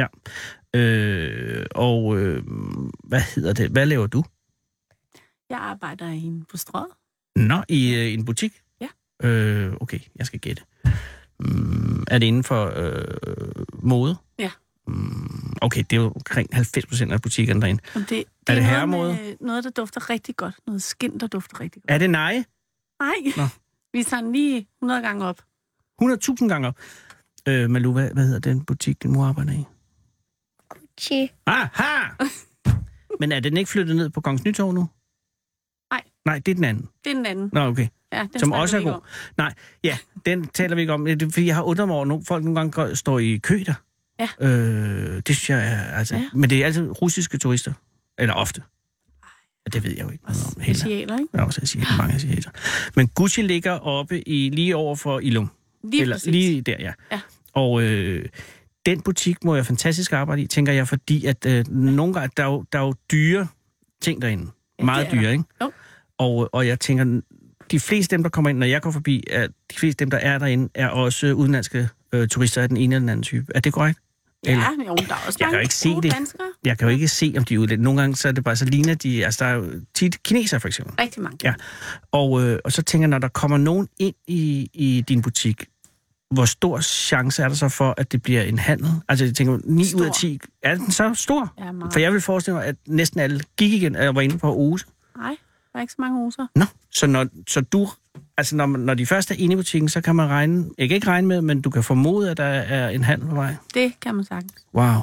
Øh, og øh, hvad hedder det? Hvad laver du? Jeg arbejder inde på Strøget. Nå, i øh, en butik? Ja. Øh, okay, jeg skal gætte. Mm, er det inden for øh, mode? Ja. Mm, okay, det er jo omkring halvfems procent af butikkerne derinde. Og det, det Er det noget, herremode? med, noget, der dufter rigtig godt. Noget skind, der dufter rigtig godt. Er det nej? Nej, Nå. vi tager den lige hundrede gange op. hundrede tusind gange op. Øh, Malou, hvad, hvad hedder den butik, din mor arbejder i? Gucci. Aha! Men er den ikke flyttet ned på Kongens Nytorv nu? Nej. Nej, det er den anden. Det er den anden. Nå, okay. Ja, den Som snakker også vi er ikke god. om. Nej, ja, den taler vi ikke om. Det er, fordi jeg har undret mig over, at folk nogle gange går, står i kø der. Ja. Øh, det synes jeg er, altså... Ja. Men det er altid russiske turister. Eller ofte. Ja, det ved jeg jo ikke noget om heller. Asialer, ikke? Der er også asiater, mange asiater. Men Gucci ligger oppe i, lige over for Ilum. Lige Eller præcis. lige der, ja. Ja. Og øh, den butik må jeg fantastisk arbejde i, tænker jeg, fordi at øh, nogle gange, der er, jo, der er jo dyre ting derinde. Ja, Meget det er der. dyre, ikke? Jo. Og, Og jeg tænker, de fleste dem, der kommer ind, når jeg går forbi, er, de fleste dem, der er derinde, er også udenlandske øh, turister af den ene eller den anden type. Er det korrekt? ja, Eller- jo, der er også Jeg kan jo mange ikke se gode det. danskere. Jeg kan jo ikke se, om de er udlændinge. Nogle gange så er det bare så ligner de... Altså, der er jo tit kineser, for eksempel. Rigtig mange. Ja. Og, øh, og så tænker jeg, når der kommer nogen ind i, i din butik, hvor stor chance er der så for, at det bliver en handel? Altså, jeg tænker, ni Stor. ud af ti, er den så stor? Ja, meget. For jeg vil forestille mig, at næsten alle gik igen, og var inde på Ose. Nej, der er ikke så mange oser. Nå, så, når, så du... Altså, når, man- når de først er inde i butikken, så kan man regne... Jeg kan ikke regne med, men du kan formode, at der er en handel på vej. Det kan man sagtens. Wow.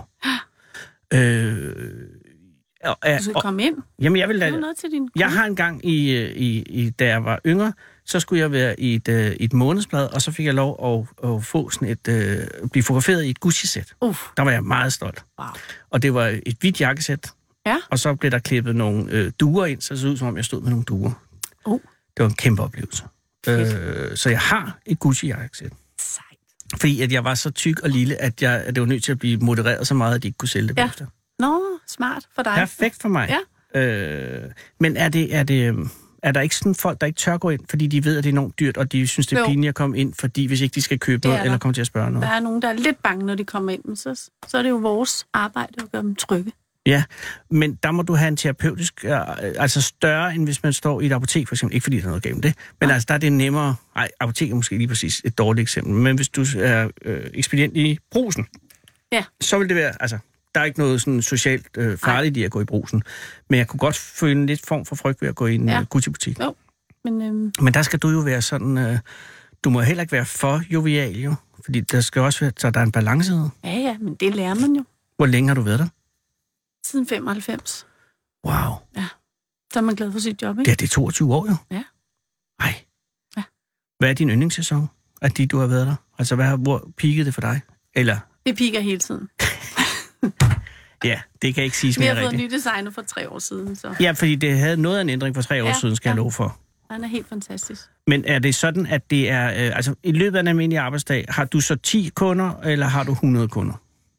Øh, og, Du skal og, komme ind. jamen, jeg vil Det da... er noget til din Jeg har engang, i, i, i, da jeg var yngre, så skulle jeg være i et, uh, et månedsblad, og så fik jeg lov at, at få sådan et, uh, blive fotograferet i et Gucci-sæt. Uff, Der var jeg meget stolt. wow. Og det var et hvidt jakkesæt, Ja. og så blev der klippet nogle øh, duer ind, så det så ud som om, jeg stod med nogle duer. Oh. Det var en kæmpe oplevelse. Øh, så jeg har et Gucci-jakkesæt. Sejt. Fordi at jeg var så tyk og lille, at, jeg, at det var nødt til at blive modereret så meget, at de ikke kunne sælge det Ja. bagefter. Nå, smart for dig. Perfekt for mig. Ja. Øh, men er det, er det, Er der ikke sådan folk, der ikke tør gå ind, fordi de ved, at det er enormt dyrt, og de synes, det er Jo. pinligt at komme ind, fordi hvis ikke de skal købe Det er noget, eller der. komme til at spørge noget? Der er nogen, der er lidt bange, når de kommer ind, men så, så er det jo vores arbejde at gøre dem trygge. Ja, men der må du have en terapeutisk, øh, altså større, end hvis man står i et apotek, for eksempel. Ikke fordi der er noget galt med det, men altså der er det nemmere. Ej, apotek er måske lige præcis et dårligt eksempel, men hvis du er øh, ekspedient i Brugsen, Ja. så vil det være, altså, der er ikke noget sådan socialt øh, farligt i at gå i Brugsen, men jeg kunne godt føle en lidt form for frygt ved at gå i en Ja. øh, Gucci-butik. Jo, men øhm, Men der skal du jo være sådan, øh, du må heller ikke være for jovial, jo, fordi der skal også være, så der er en balance i. ja, ja, men det lærer man jo. Hvor længe har du været der? Siden femoghalvfems. Wow. Så er man glad for sit job, ikke? Ja, det er toogtyve år, jo. Ja. Ej. Ja. Hvad er din yndlingssæson af de, du har været der? Altså, hvad, hvor peakede det for dig? Eller, Det piker hele tiden. ja, det kan ikke siges Vi mere har fået en rigtigt. ny designer for tre år siden, så Ja, fordi det havde noget af en ændring for tre år Ja, siden, skal ja. jeg love for. han er helt fantastisk. Men er det sådan, at det er, øh, altså i løbet af en almindelig arbejdsdag, har du så ti kunder, eller har du hundrede kunder?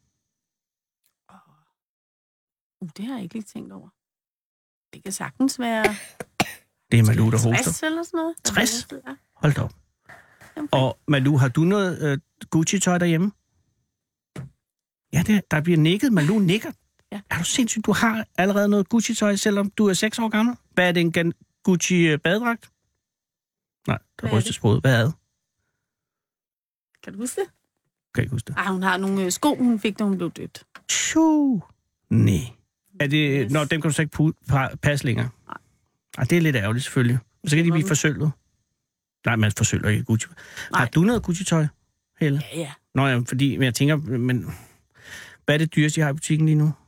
Uh, det har jeg ikke lige tænkt over. Det kan sagtens være Det er Malou, der tres hoster. eller sådan noget. tres? Ja. Hold da op. Okay. Og Malou, har du noget øh, Gucci-tøj derhjemme? Ja, det, der bliver nikket. Malou nikker. Ja. Er du sindssygt? Du har allerede noget Gucci-tøj, selvom du er seks år gammel. Hvad er det, en gan- Gucci-badedragt? Nej, der Hvad er rystes sproget. Hvad er det? Kan du huske det? Kan jeg ikke huske det. Ej, hun har nogle øh, sko, hun fik, da hun blev døbt. Tju. Nej. Er det... Yes. Yes. Nå, dem kan du så ikke pu- pa- passe længere. Nej. Ej, det er lidt ærgerligt, selvfølgelig. Så kan de blive forsølvet. Nej, man forsølver ikke Gucci. Nej. Har du noget Gucci-tøj, Helle? Ja, ja. Nå ja, fordi men jeg tænker, men hvad er det dyreste, I har i butikken lige nu?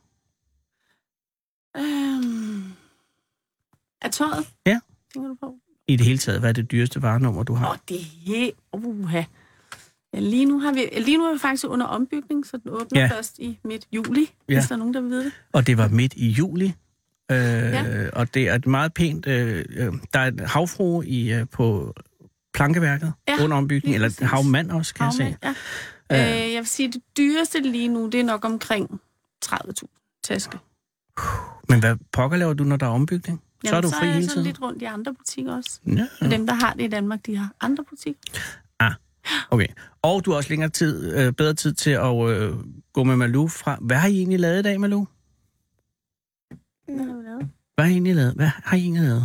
Øhm, er tøjet? Ja. Tænker du på? I det hele taget, hvad er det dyreste varenummer, du Åh, har? oh, det er helt... Uha. Ja, lige nu har vi... Lige nu er vi faktisk under ombygning, så den åbner Ja. ja. først i midt juli, Ja. hvis der er nogen, der vil vide det. Og det var midt i juli. Øh, Ja. Og det er et meget pænt... Øh, øh, der er et havfrue i, øh, på plankeværket Ja, under ombygning, lige eller præcis. havmand også, kan Havmand, jeg ja. Øh. Øh, jeg vil sige, at det dyreste lige nu, det er nok omkring tredive tusind taske. se. Men hvad pokker laver du, når der er ombygning? Jamen, så er du så fri er hele jeg så tiden? lidt rundt i andre butikker også. Ja. Og dem, der har det i Danmark, de har andre butikker. Okay. Og du har også længere tid, øh, bedre tid til at øh, gå med Malou fra... Hvad har I egentlig lavet i dag, Malou? Hvad har vi lavet? Hvad har I egentlig lavet? Hvad har I egentlig lavet?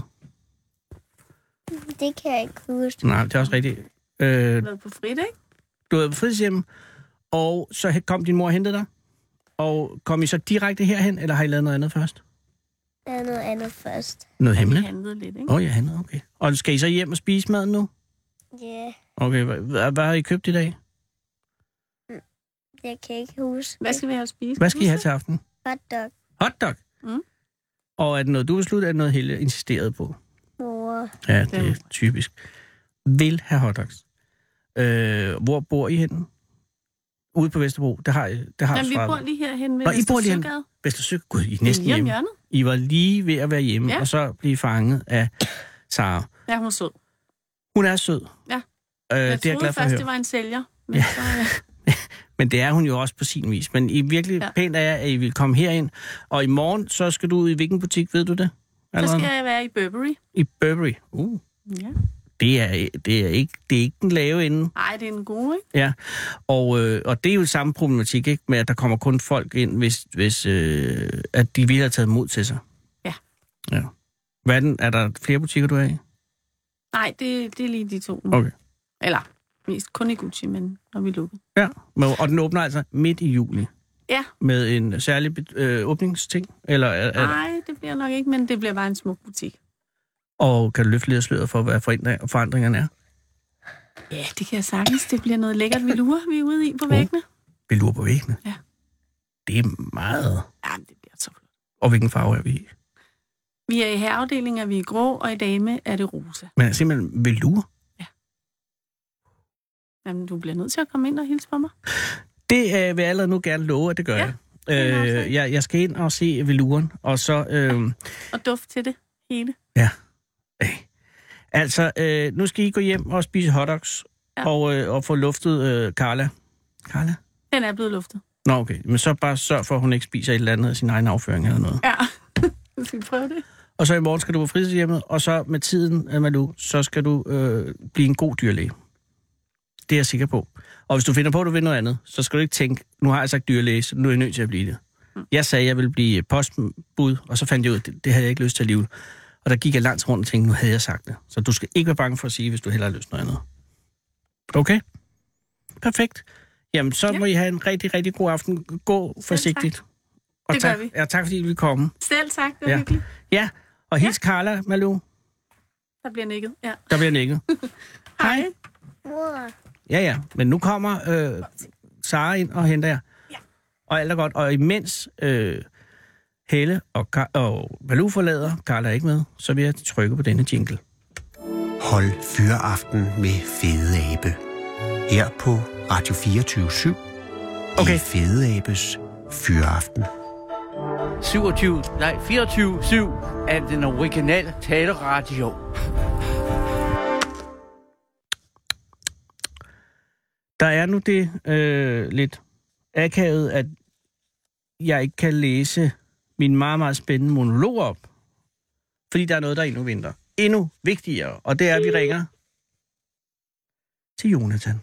Det kan jeg ikke huske. Nej, det er også rigtigt. Øh, Vi har været på frit, ikke? du havde på fritidshjem, og så kom din mor og hentede dig. Og kom I så direkte herhen, eller har I lavet noget andet først? Der er noget andet først. Noget Vi hemmeligt? handlede lidt, ikke? Åh, oh, ja, handlet, okay. Og skal I så hjem og spise maden nu? Ja, Okay, hvad, hvad, hvad har I købt i dag? jeg kan ikke huske. Hvad skal vi have at spise? Hvad skal I have til aften? Hotdog, Hotdog? Mm. Og er det noget, du besluttede, er det noget, Helle insisterede på? mor. Ja, det er Det typisk. Vil have hotdogs. Øh, hvor bor I henne? Ude på Vesterbro. Det har, I- det har Jamen, vi svaret. bor lige herhen ved Nå, I bor lige Søgade. Vestersø. Gud, I er næsten Lige om hjemme. hjørnet. I var lige ved at være hjemme, Ja. og så blive fanget af Sara. Ja, hun er sød. Hun er sød. Ja. Øh, Jeg det er jeg troede glad for at først, høre. det var en sælger. Men Ja. så, ja. Men det er hun jo også på sin vis. Men I virkelig ja. Ja. pænt er, at I vil komme herind. Og i morgen, så skal du ud i hvilken butik, ved du det? så Allerede? skal jeg være i Burberry. I Burberry. Uh, Ja. det er, det er, ikke, det er ikke den lave ende. Ej, det er en god, ikke? Ja, og, øh, og det er jo samme problematik, ikke? Med at der kommer kun folk ind, hvis, hvis øh, at de vil have taget mod til sig. Ja. Ja. Hvad er, den? Er der flere butikker, du er i? Nej, det, det er lige de to nu. Okay. Eller mest kun i Gucci, men når vi lukker. Ja, men- og den åbner altså midt i juli. Ja. Med en særlig øh, åbningsting? Eller er, er, Nej, det bliver nok ikke, men det bliver bare en smuk butik. og kan du løfte lidt af sløret for, hvad forandring- forandringerne er? Ja, det kan jeg sagtens. Det bliver noget lækkert velour, vi er ude i på væggene. Vi lurer på væggene. Ja. Det er meget. Ja, det bliver så flot. Og hvilken farve er vi i? Vi er i herreafdelingen, er vi i grå, og i dame er det rosa. Men simpelthen velour. Jamen, du bliver nødt til at komme ind og hilse på mig. Det øh, vil jeg allerede nu gerne love, at det gør Ja, jeg. det er en aftale. Øh, jeg. Jeg skal ind og se velouren, og så... Øh, Og duft til det hele. Ja. Øh. Altså, øh, nu skal I gå hjem og spise hotdogs, Ja. og, øh, og få luftet øh, Carla. Carla? Den er blevet luftet. Nå, okay. Men så bare sørg for, at hun ikke spiser et eller andet af sin egen afføring eller noget. Ja. Skal vi prøve det? og så i morgen skal du på fritidshjemmet, og så med tiden, Malou, så skal du øh, blive en god dyrlæge. Det er jeg sikker på. Og hvis du finder på, at du vil noget andet, så skal du ikke tænke, nu har jeg sagt dyrlæge, så nu er jeg nødt til at blive det. Jeg sagde, at jeg ville blive postbud, og så fandt jeg ud, at det, det havde jeg ikke lyst til alligevel. Og der gik jeg langt rundt og tænkte, nu havde jeg sagt det. Så du skal ikke være bange for at sige, hvis du hellere har lyst til noget andet. Okay? Perfekt. Jamen, så ja. må I have en rigtig, rigtig god aften. Gå forsigtigt. Tak. Og det tak, gør vi. Ja, tak fordi I ville komme. Selv tak, det var ja. hyggeligt. Ja, og hils ja. Carla, Malou. Der bliver nikket, ja. Der bliver nikket. Hej. Mor. Ja, ja, men nu kommer øh, Sara ind og henter jer. Ja. Og alt er godt. Og imens øh, Helle og, Ka- og Malou forlader, Carla er ikke med, så vil jeg trykke på denne jingle. Hold Fyraften med Fede Abe. Her på Radio fireogtyve syv. Okay. I Fede Abes Fyraften. syvogtyve, nej, fireogtyve syv er den originale taleradio. Der er nu det øh, lidt akavet, at jeg ikke kan læse min meget, meget spændende monolog op. Fordi der er noget, der endnu venter. Endnu vigtigere, og det er, at vi ringer til Jonathan.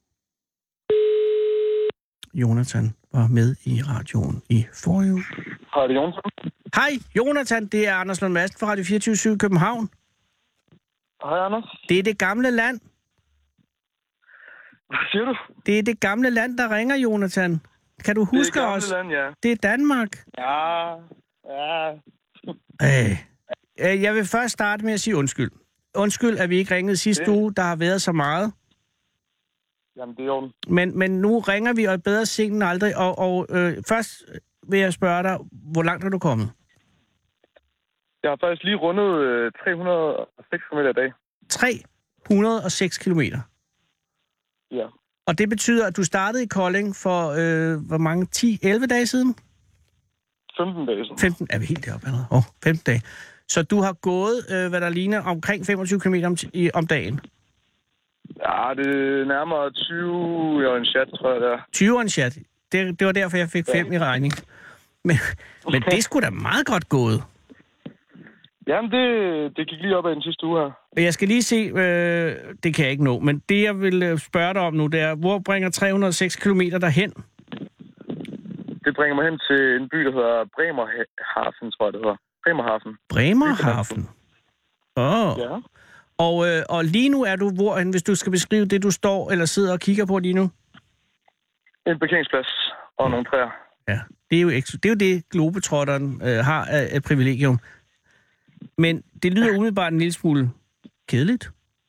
Jonathan var med i radioen i forrige uge. Hej, det er Jonathan. Hej, Jonathan. Det er Anders Lund Madsen fra Radio fireogtyve syv København. Hej, Anders. Det er det gamle land. Hvad siger du? Det er det gamle land, der ringer, Jonathan. Kan du huske det er os? Land, ja. Det er Danmark. Ja, ja. Øh. Jeg vil først starte med at sige undskyld. Undskyld, at vi ikke ringede sidste det. uge. Der har været så meget. Jamen, det er jo... Men, men nu ringer vi, og er bedre sent end aldrig. Og, og øh, først vil jeg spørge dig, hvor langt er du kommet? Jeg har faktisk lige rundet øh, tre hundrede og seks kilometer i dag. tre hundrede og seks kilometer? Ja. Og det betyder, at du startede i Kolding for, øh, hvor mange, ti elleve dage siden? femten dage siden. femten, er vi helt deroppe allerede? Åh, oh, femten dage. Så du har gået, øh, hvad der ligner, omkring femogtyve kilometer om, i, om dagen? Ja, det er nærmere tyve og en chat, tror jeg, der. tyve og en chat. Det, det var derfor, jeg fik fem ja. i regning. Men, men det skulle da meget godt gået. Jamen, det, det gik lige op ad den sidste uge her. Jeg skal lige se, øh, det kan jeg ikke nå, men det, jeg vil spørge dig om nu, det er, hvor bringer tre hundrede og seks kilometer derhen? Det bringer mig hen til en by, der hedder Bremerhaven, tror jeg, det hedder. Bremerhaven. Bremerhaven? Åh. Oh. Ja. Og, øh, og lige nu er du hvorhen, hvis du skal beskrive det, du står eller sidder og kigger på lige nu? En parkeringsplads og nogle træer. Ja, det er jo, ikke, det, er jo det, globetrotteren øh, har af, af privilegium. Men det lyder umiddelbart en lille smule kedeligt.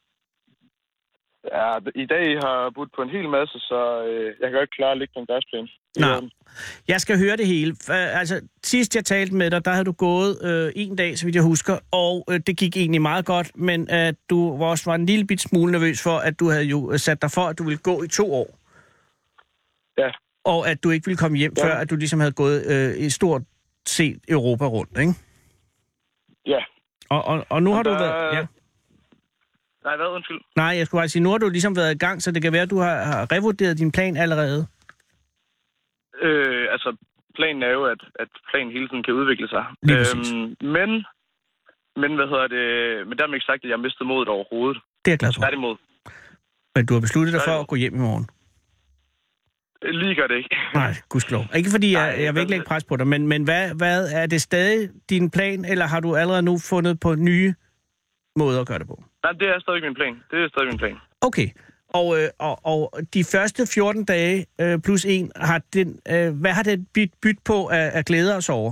Ja, i dag har jeg budt på en hel masse, så øh, jeg kan jo ikke klare at ligge på en græsplæne. Nej, jeg skal høre det hele. Altså, sidst jeg talte med dig, der havde du gået øh, en dag, så vidt jeg husker, og øh, det gik egentlig meget godt, men at øh, du også var en lille bit smule nervøs for, at du havde jo sat dig for, at du ville gå i to år. Ja. Og at du ikke ville komme hjem, ja. før at du ligesom havde gået øh, i stort set Europa rundt, ikke? Ja. Og, og, og nu har der... du været... Ja. Nej, hvad? Undskyld. Nej, jeg skulle bare sige, nu har du ligesom været i gang, så det kan være, at du har, har revurderet din plan allerede. Øh, altså, planen er jo, at, at planen hele tiden kan udvikle sig. Øhm, men, men, hvad hedder det... Men dermed ikke sagt, at jeg har mistet modet overhovedet. Det er jeg glad for. Tværtimod. Men du har besluttet dig for at gå hjem i morgen? Lige gør det ikke. Nej, gudskelov. Ikke fordi jeg, jeg vil ikke lægge pres på dig, men, men hvad, hvad er det stadig din plan, eller har du allerede nu fundet på nye måder at gøre det på? Nej, det er stadig min plan. Det er stadig min plan. Okay. Og, øh, og, og de første fjorten dage øh, plus en, har den, øh, hvad har det byt, byt på af, af glæder og sorger?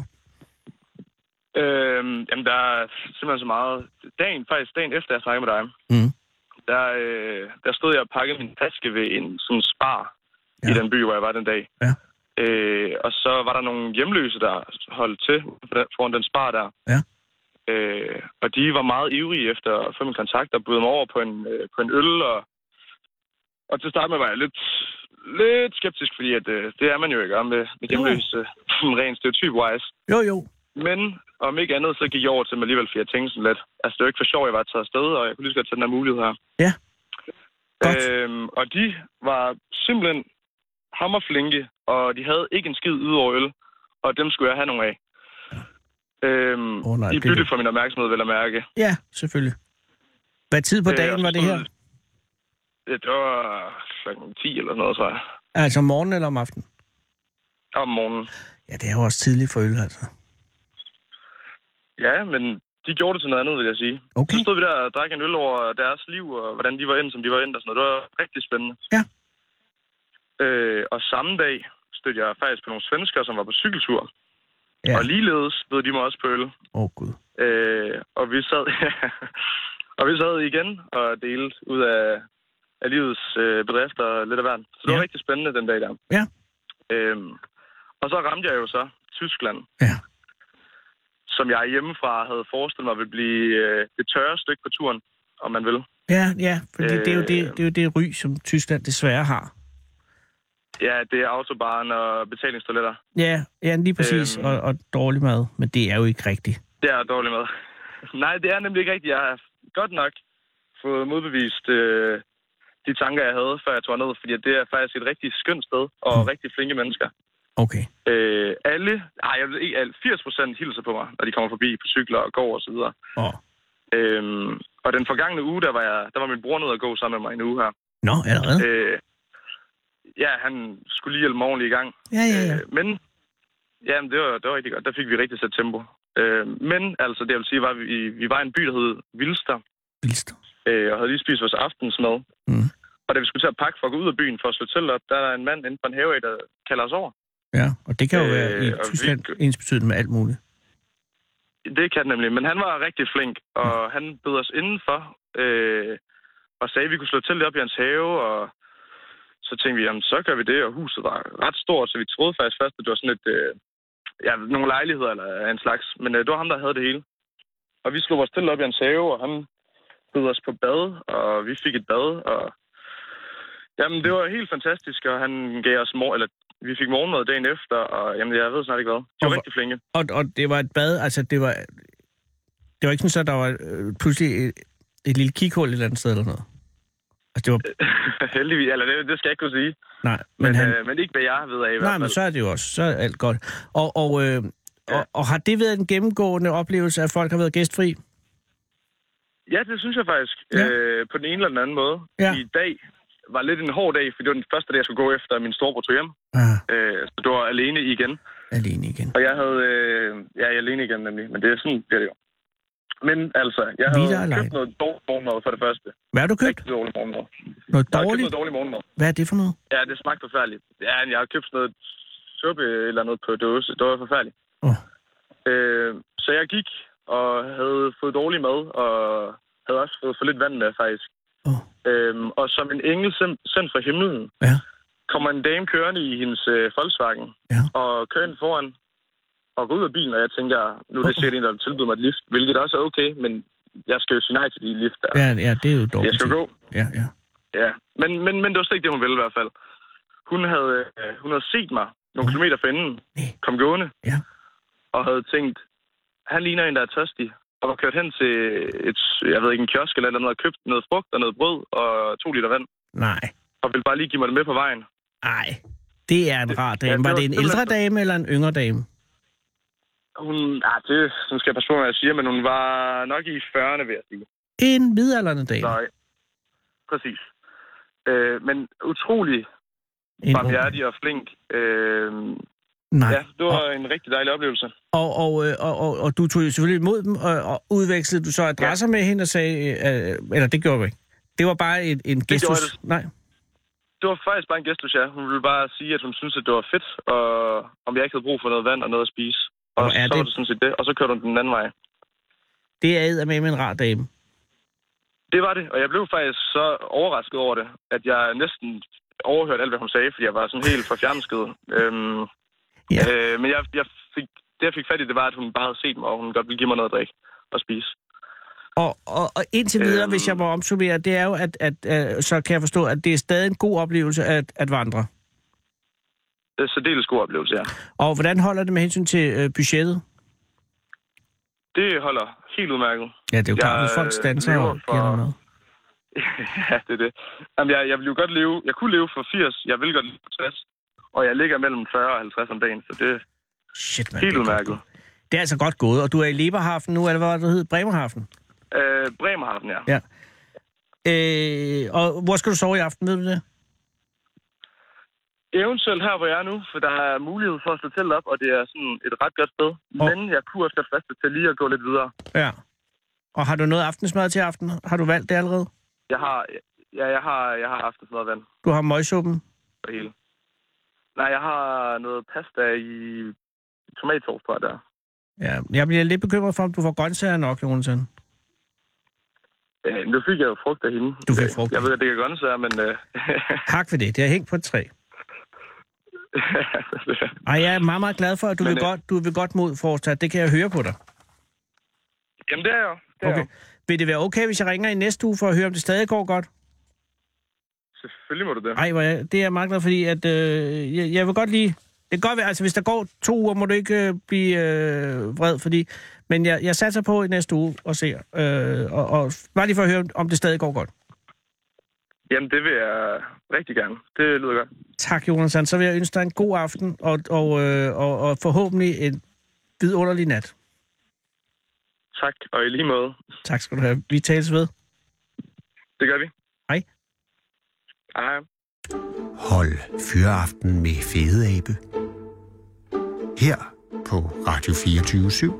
Øhm, jamen, der er simpelthen så meget. Dagen, faktisk dagen efter, jeg snakkede med dig, mm. der, øh, der stod jeg og pakkede min taske ved en sådan spar ja. i den by, hvor jeg var den dag. Ja. Øh, og så var der nogle hjemløse, der holdt til foran den spar der. Ja. Øh, og de var meget ivrige efter at få min kontakt og bød mig over på en, øh, på en øl. Og, og til start med var jeg lidt, lidt skeptisk, fordi at, øh, det er man jo ikke med, med hjemløse, rent stereotyp-wise. Jo, jo. Men om ikke andet, så gik jeg over til mig alligevel, fordi jeg tænkte sådan lidt, altså det er jo ikke for sjov, jeg var taget afsted, og jeg kunne lige så godt tage den her mulighed her. Ja. Godt. Øhm, og de var simpelthen hammerflinke, og de havde ikke en skid ud over øl, og dem skulle jeg have nogle af. Øhm, oh, nej, I bytte for min opmærksomhed, vil jeg mærke. Ja, selvfølgelig. Hvad tid på dagen øh, var det her? Ja, det var klokken ti eller noget, tror jeg. Altså om morgenen eller om aftenen? Om morgenen. Ja, det er jo også tidligt for øl, altså. Ja, men de gjorde det til noget andet, vil jeg sige. Okay. Så stod vi der og drak en øl over deres liv, og hvordan de var endt, som de var endt og sådan noget. Det var rigtig spændende. Ja. Øh, og samme dag stødte jeg faktisk på nogle svenskere, som var på cykeltur. Ja. Og ligeledes bød de mig også på øl. Åh, oh, Gud. Øh, og vi sad... og vi sad igen og delte ud af, af livets øh, bedrifter lidt af verden. Så det ja. var rigtig spændende den dag der. Ja. Øhm, og så ramte jeg jo så Tyskland. Ja. Som jeg hjemmefra havde forestillet mig ville blive øh, det tørre stykke på turen, om man vil. Ja, ja, for det, øh, det, er jo det, det er jo det ry, som Tyskland desværre har. Ja, det er autobahn og betalingstoiletter. Ja, ja lige præcis, øhm, og, og dårlig mad, men det er jo ikke rigtigt. Det er dårlig mad. Nej, det er nemlig ikke rigtigt. Jeg har godt nok fået modbevist øh, de tanker, jeg havde, før jeg tog ned, fordi det er faktisk et rigtig skønt sted, og mm. rigtig flinke mennesker. Okay. Øh, alle, nej, jeg ved ikke, alle, firs procent hilser på mig, når de kommer forbi på cykler og går og så videre. Oh. Øhm, og den forgangne uge, der var, jeg, der var min bror nede og gå sammen med mig en uge her. Nå, allerede? Øh, ja, han skulle lige hjælpe mig ordentligt i gang. Ja, ja, ja. Øh, men, ja, det var, det var rigtig godt. Der fik vi rigtig sat tempo. Øh, men, altså, det jeg vil sige, var, at vi, vi var i en by, der hed Vilster. Vilster. Øh, og havde lige spist vores aftensmad. Mm. Og da vi skulle til at pakke for at gå ud af byen for at slå til op, der er en mand inde på en have, der kalder os over. Ja, og det kan jo øh, være i Tyskland vi... ensbetydende med alt muligt. Det kan det nemlig, men han var rigtig flink, og mm. han bød os indenfor, øh, og sagde, at vi kunne slå til op i hans have, og så tænkte vi, jamen så gør vi det, og huset var ret stort, så vi troede faktisk først, at det var sådan et, øh, ja, nogle lejligheder eller en slags, men øh, det var ham, der havde det hele. Og vi slog vores til op i hans have, og han bød os på bad, og vi fik et bad, og jamen det var helt fantastisk, og han gav os mor, eller vi fik morgenmad dagen efter, og jamen jeg ved snart ikke hvad. De var og, rigtig flinke. Og, og det var et bad, altså det var, det var ikke sådan, at der var øh, pludselig et, et lille kighul et eller andet sted eller noget? Altså det var... Heldigvis, eller det, det skal jeg ikke kunne sige. Nej, men, men, han... øh, men ikke hvad jeg ved af i hvert fald. Nej, men så er det jo også, så er alt godt. Og, og, øh, ja. og, og har det været en gennemgående oplevelse, at folk har været gæstfri? Ja, det synes jeg faktisk. Ja. Øh, på den ene eller den anden måde. Ja. I dag var lidt en hård dag, for det var den første dag, jeg skulle gå efter min storebror tog hjem. Øh, så du var alene igen. Alene igen. Og jeg havde... Øh, ja, jeg er alene igen nemlig, men det er sådan, det er det jo. Men altså, jeg havde købt noget dårligt morgenmad for det første. Hvad har du købt? Rigtig dårlig morgenmad. Noget dårligt? Jeg har købt noget dårlig morgenmad. Hvad er det for noget? Ja, det smagte forfærdeligt. Ja, jeg har købt sådan noget suppe eller noget på dåse. Det var forfærdeligt. Oh. Øh, så jeg gik og havde fået dårlig mad, og havde også fået for lidt vand med, faktisk. Oh. Øhm, og som en engel sendt fra himlen, ja. kommer en dame kørende i hendes øh, Volkswagen, ja. og kører ind foran, og går ud af bilen, og jeg tænker, nu er det sikkert en, der tilbyder mig et lift, hvilket også er okay, men jeg skal jo sige nej til de lift der. Ja, ja, det er jo dårligt. Jeg skal gå. Ja, ja. Ja, men, men, men det var slet ikke det, hun ville i hvert fald. Hun havde, øh, hun havde set mig nogle oh. kilometer fra inden, nee. kom gående, ja. og havde tænkt, han ligner en, der er tørstig, og var kørt hen til et, jeg ved ikke, en kiosk eller noget, og købt noget frugt og noget brød og to liter vand. Nej. Og ville bare lige give mig det med på vejen. Nej, det er en rar dame. Ja, det var, var det en ældre dame eller en yngre dame? Hun, ah, det sådan skal jeg passe på, hvad jeg siger, men hun var nok i fyrrerne, vil jeg sige. En midaldrende dame? Nej, præcis. Øh, men utrolig barmhjertig og flink. Øh, Nej. Ja, det var og, en rigtig dejlig oplevelse. Og, og, og, og, og du tog selvfølgelig imod dem, og, og udvekslede du så adresser ja. med hende og sagde, øh, eller det gjorde du ikke? Det var bare en, en gestus? Det Nej. Det var faktisk bare en gestus, ja. Hun ville bare sige, at hun syntes, at det var fedt, og om jeg ikke havde brug for noget vand og noget at spise. Og, og så det... var det sådan set det, og så kørte hun den anden vej. Det er eddermame med en rar dame. Det var det, og jeg blev faktisk så overrasket over det, at jeg næsten overhørte alt, hvad hun sagde, fordi jeg var sådan helt forfjernsket. øhm, ja. øh, men jeg, jeg fik, det, jeg fik fat i, det var, at hun bare havde set mig, og hun godt ville give mig noget at drikke og spise. Og, og, og indtil videre, øhm, hvis jeg må omsummere, det er jo, at, at, at så kan jeg forstå, at det er stadig en god oplevelse at, at vandre. Det er særdeles god oplevelse, ja. Og hvordan holder det med hensyn til øh, budgettet? Det holder helt udmærket. Ja, det er jo klart, hvis folk standser og for... giver noget. Ja, det er det. Jamen, jeg, jeg vil jo godt leve... Jeg kunne leve for firs, jeg vil godt leve for tres. Og jeg ligger mellem fyrre og halvtreds om dagen, så det er Shit, man, helt udmærket. Det er altså godt gået, og du er i Leberhafen nu, eller hvad det hedder? Bremerhaven? Øh, Bremerhaven, ja. Ja. Øh, og hvor skal du sove i aften, ved du det? Eventuelt her, hvor jeg er nu, for der er mulighed for at slå telt op, og det er sådan et ret godt sted. Og... Men jeg kunne også være fristet til lige at gå lidt videre. Ja. Og har du noget aftensmad til aften? Har du valgt det allerede? Jeg har, ja, jeg har, jeg har aftensmad vand. Du har møgsuppen? For hele. Nej, jeg har noget pasta i tomatsovs, tror jeg, der. Ja, jeg bliver lidt bekymret for, om du får grøntsager nok, Jonathan. Øh, nu fik jeg jo frugt af hende. Du fik frugt. Jeg ved, at det kan grøntsager, men... Øh... Tak for det. Det har hængt på et træ. Ej, jeg er meget, meget glad for, at du, men, vil, øh... godt, du vil godt mod fortsat. Det kan jeg høre på dig. Jamen, det er jeg. Det er okay. jeg. Vil det være okay, hvis jeg ringer i næste uge for at høre, om det stadig går godt? Selvfølgelig må du det. Ej, det er jeg meget glad, fordi at, øh, jeg, jeg vil godt lige... Det kan godt være, altså hvis der går to uger, må du ikke øh, blive øh, vred, fordi... Men jeg, jeg satser på i næste uge og ser. Øh, og, og bare lige for at høre, om det stadig går godt. Jamen, det vil jeg rigtig gerne. Det lyder godt. Tak, Jonathan. Så vil jeg ønske dig en god aften, og, og, øh, og, og forhåbentlig en vidunderlig nat. Tak, og i lige måde. Tak skal du have. Vi tales ved. Det gør vi. Hej. Hej. Hold Fyraften med Fede Abe. Her på Radio fireogtyve syv.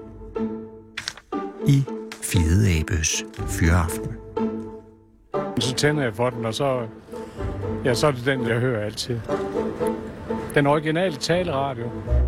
I Fede Abes Fyraften. Så tænder jeg for den, og så, ja, så er det den, jeg hører altid. Den originale taleradio.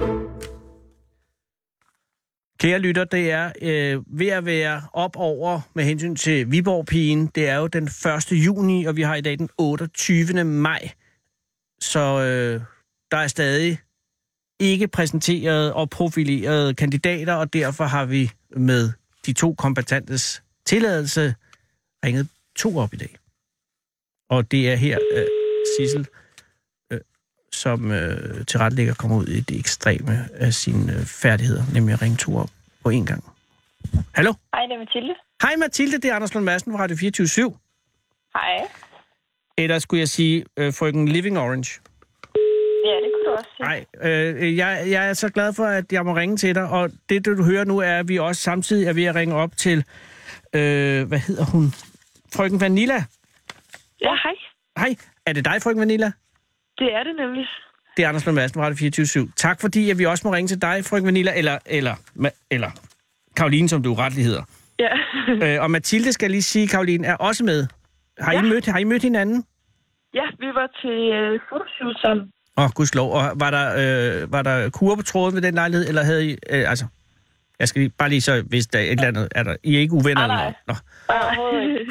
Kære lytter, det er øh, ved at være op over med hensyn til Viborg-pigen. Det er jo den første juni, og vi har i dag den otteogtyvende maj. Så øh, der er stadig ikke præsenteret og profilerede kandidater, og derfor har vi med de to kompetentes tilladelse ringet to op i dag. Og det er her, øh, Sissel, øh, som øh, tilrettelægger kommer ud i det ekstreme af sine øh, færdigheder, nemlig at ringe to op på én gang. Hallo? Hej, det er Mathilde. Hej Mathilde, det er Anders Lund Madsen fra Radio fireogtyve syv. Hej. Eller skulle jeg sige øh, frøken Living Orange? Ja, det kunne du også sige. Nej, øh, jeg, jeg er så glad for, at jeg må ringe til dig, og det, du hører nu, er, at vi også samtidig er ved at ringe op til, øh, hvad hedder hun? Frøken Vanilla. Ja, hej. Hej, er det dig, frøken Vanilla? Det er det nemlig. Det er Anders Lund Madsen fra Radio fireogtyve syv. Tak fordi, at vi også må ringe til dig, frøken Vanilla, eller, eller, eller Karoline, som du rettelig hedder. Ja. øh, og Mathilde, skal lige sige, Karoline, er også med. Har, ja. I, mødt, har I mødt hinanden? Ja, vi var til øh, fotoshoot sammen. Åh, oh, gudslov. Og var der, øh, var der kur på tråden ved den lejlighed, eller havde I... Øh, altså, jeg skal lige, bare lige så, hvis der er et eller andet... Er der, I er ikke uvenner? Ah, nej, Nå. Overhovedet ikke.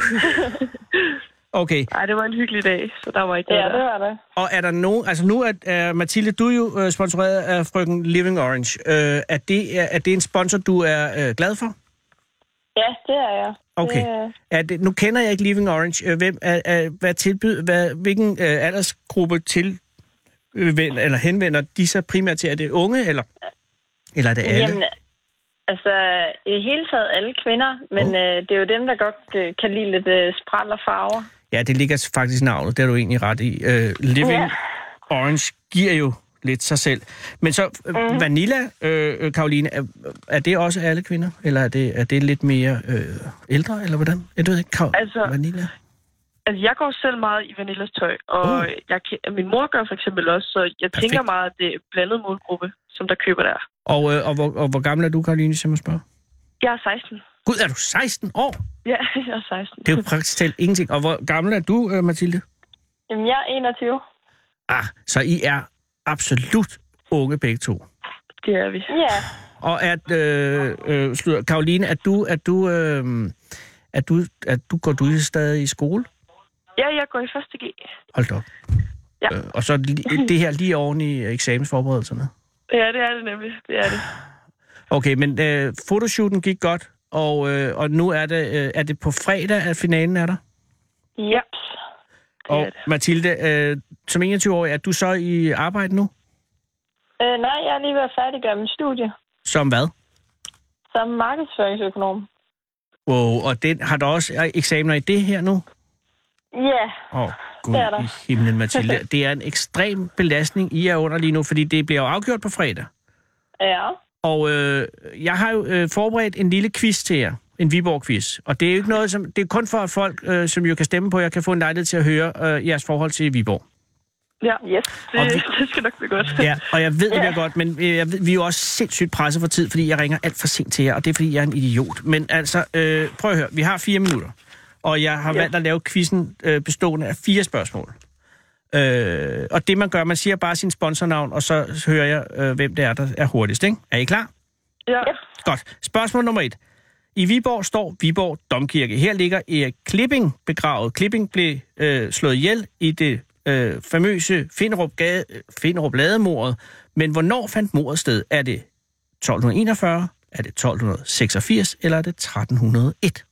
Okay. Nej, det var en hyggelig dag, så der var ikke noget. Ja, det var det. Og er der nogen... Altså nu er, er Mathilde, du er jo øh, sponsoreret af frøken Living Orange. Øh, er, det, er, er det en sponsor, du er øh, glad for? Ja, det er jeg. Okay. Det, er det, nu kender jeg ikke Living Orange. Øh, hvem er, er, hvad tilbyder... Hvad, hvilken øh, aldersgruppe til... eller henvender de sig primært til? Er det unge, eller, eller er det alle? Jamen, altså, i det hele taget alle kvinder, men oh. øh, det er jo dem, der godt øh, kan lide lidt øh, spræl og farver. Ja, det ligger faktisk navnet, det er du egentlig ret i. Uh, Living ja. Orange giver jo lidt sig selv. Men så, mm. Vanilla, øh, Karoline, er, er det også alle kvinder? Eller er det, er det lidt mere øh, ældre, eller hvordan? Jeg ved ikke, Ka- altså, Vanilla? Altså, jeg går selv meget i Vanillas tøj, og uh. jeg, min mor gør for eksempel også, så jeg Perfekt. tænker meget, at det er blandet målgruppe, som der køber der. Og, øh, og, hvor, og hvor gammel er du, Karoline, hvis jeg må spørge? Jeg er seksten. Gud, er du seksten år? Ja, jeg er seksten. Det er jo praktisk talt ingenting. Og hvor gammel er du, øh, Mathilde? Jamen, jeg er enogtyve. Ah, så I er absolut unge begge to? Det er vi. Ja. Og at, øh, øh, slutter, Karoline, er du, er du, øh, er du, er du, går du stadig i skole? Ja, jeg går i første G. Hold da op. Ja. Øh, og så det her lige oven i eksamensforberedelserne? Ja, det er det nemlig. Det er det. Okay, men øh, fotoshooten gik godt, og, øh, og nu er det, øh, er det på fredag, at finalen er der? Ja. Og Mathilde, øh, som enogtyve-årig, er du så i arbejde nu? Øh, nej, jeg er lige ved at færdiggøre min studie. Som hvad? Som markedsføringsøkonom. Wow, og den, har du også eksamener i det her nu? Ja, oh, Gud, det er der. I himlen, Mathilde. Det er en ekstrem belastning, I er under lige nu, fordi det bliver jo afgjort på fredag. Ja. Og øh, jeg har jo øh, forberedt en lille quiz til jer. En Viborg-quiz. Og det er jo ikke noget, som... Det er kun for, at folk, øh, som jo kan stemme på jer, kan få en lejlighed til at høre øh, jeres forhold til Viborg. Ja, yes. Det, vi, det skal nok blive godt. Ja, og jeg ved, det bliver godt, men øh, jeg ved, vi er jo også sindssygt presset for tid, fordi jeg ringer alt for sent til jer, og det er, fordi jeg er en idiot. Men altså, øh, prøv at høre. Vi har fire minutter, og jeg har yes. valgt at lave quizzen øh, bestående af fire spørgsmål. Øh, og det, man gør, man siger bare sin sponsornavn, og så hører jeg, øh, hvem det er, der er hurtigst, ikke? Er I klar? Ja. Godt. Spørgsmål nummer et. I Viborg står Viborg Domkirke. Her ligger Erik Klipping begravet. Klipping blev øh, slået ihjel i det øh, famøse Finderup, Gade, Finderup Lademordet. Men hvornår fandt mordet sted? Er det tolv enogfyrre, er det tolv seksogfirs, eller er det tretten hundrede og en?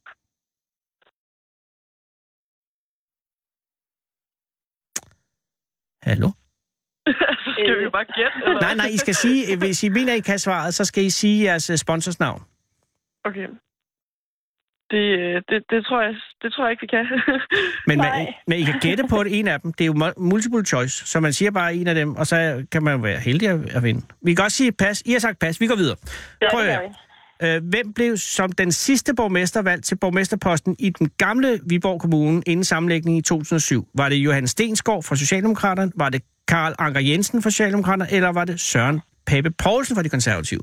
Hallo? Så skal vi jo bare gætte, eller? Nej, nej, I skal sige, hvis I mener, I kan svaret, så skal I sige jeres sponsors navn. Okay. Det, det, det, tror jeg, det tror jeg ikke, vi kan. Men, man, men I kan gætte på det, en af dem. Det er jo multiple choice, så man siger bare en af dem, og så kan man jo være heldig at vinde. Vi kan også sige pas. I har sagt pas. Vi går videre. Prøv at høre. Hvem blev som den sidste borgmester valgt til borgmesterposten i den gamle Viborg Kommune inden sammenlægningen i to tusind og syv? Var det Johan Stensgaard fra Socialdemokraterne? Var det Karl Anker Jensen fra Socialdemokraterne? Eller var det Søren Pape Poulsen fra De Konservative?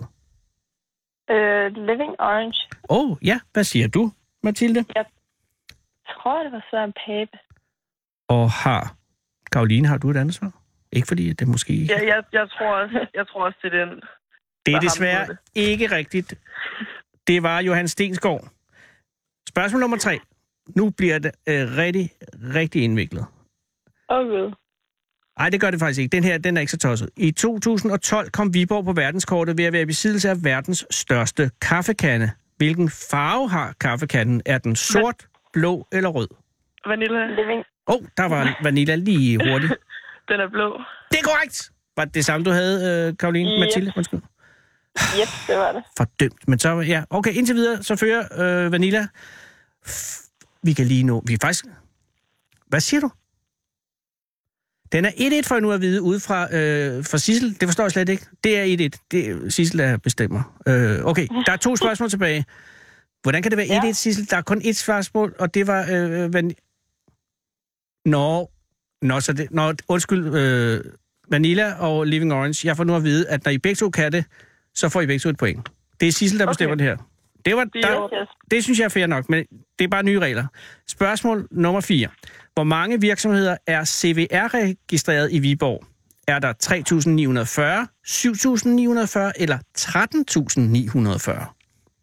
Uh, Living Orange. Åh, oh, ja. Hvad siger du, Mathilde? Jeg tror, det var Søren Pape. Og har... Karoline, har du et andet svar? Ikke fordi det måske... Ja, jeg, jeg, tror også, jeg tror også, det er den... Det er desværre det. Ikke rigtigt. Det var Johan Stensgaard. Spørgsmål nummer tre. Nu bliver det øh, rigtig, rigtig indviklet. Okay. Nej, det gør det faktisk ikke. Den her, den er ikke så tosset. I to tusind og tolv kom Viborg på verdenskortet ved at være i besiddelse af verdens største kaffekande. Hvilken farve har kaffekanden? Er den sort, blå eller rød? Vanilla. Åh, oh, der var vanilla lige hurtigt. Den er blå. Det er korrekt! Var det det samme, du havde, øh, Karoline? Yes. Mathilde? Undskyld. Yep, det var det. Fordømt. Men så, ja, okay, indtil videre, så fører øh, Vanilla. Vi kan lige nå. Vi er faktisk... Hvad siger du? Den er et et for nu at vide ude fra, øh, fra Sissel. Det forstår jeg slet ikke. Det er et et. Det er Sissel, der bestemmer. Øh, okay, der er to spørgsmål tilbage. Hvordan kan det være et et, ja. Sissel? Der er kun et spørgsmål, og det var... Øh, van... Nå, Nå, så det... Nå, undskyld, øh, Vanilla og Living Orange. Jeg får nu at vide, at når I begge to kan det, så får I begge to et point. Det er Sissel, der okay. bestemmer det her. Det, var, der, det synes jeg er fair nok, men det er bare nye regler. Spørgsmål nummer fire. Hvor mange virksomheder er C V R-registreret i Viborg? Er der tre tusind ni hundrede og fyrre, syv tusind ni hundrede og fyrre eller tretten tusind ni hundrede og fyrre?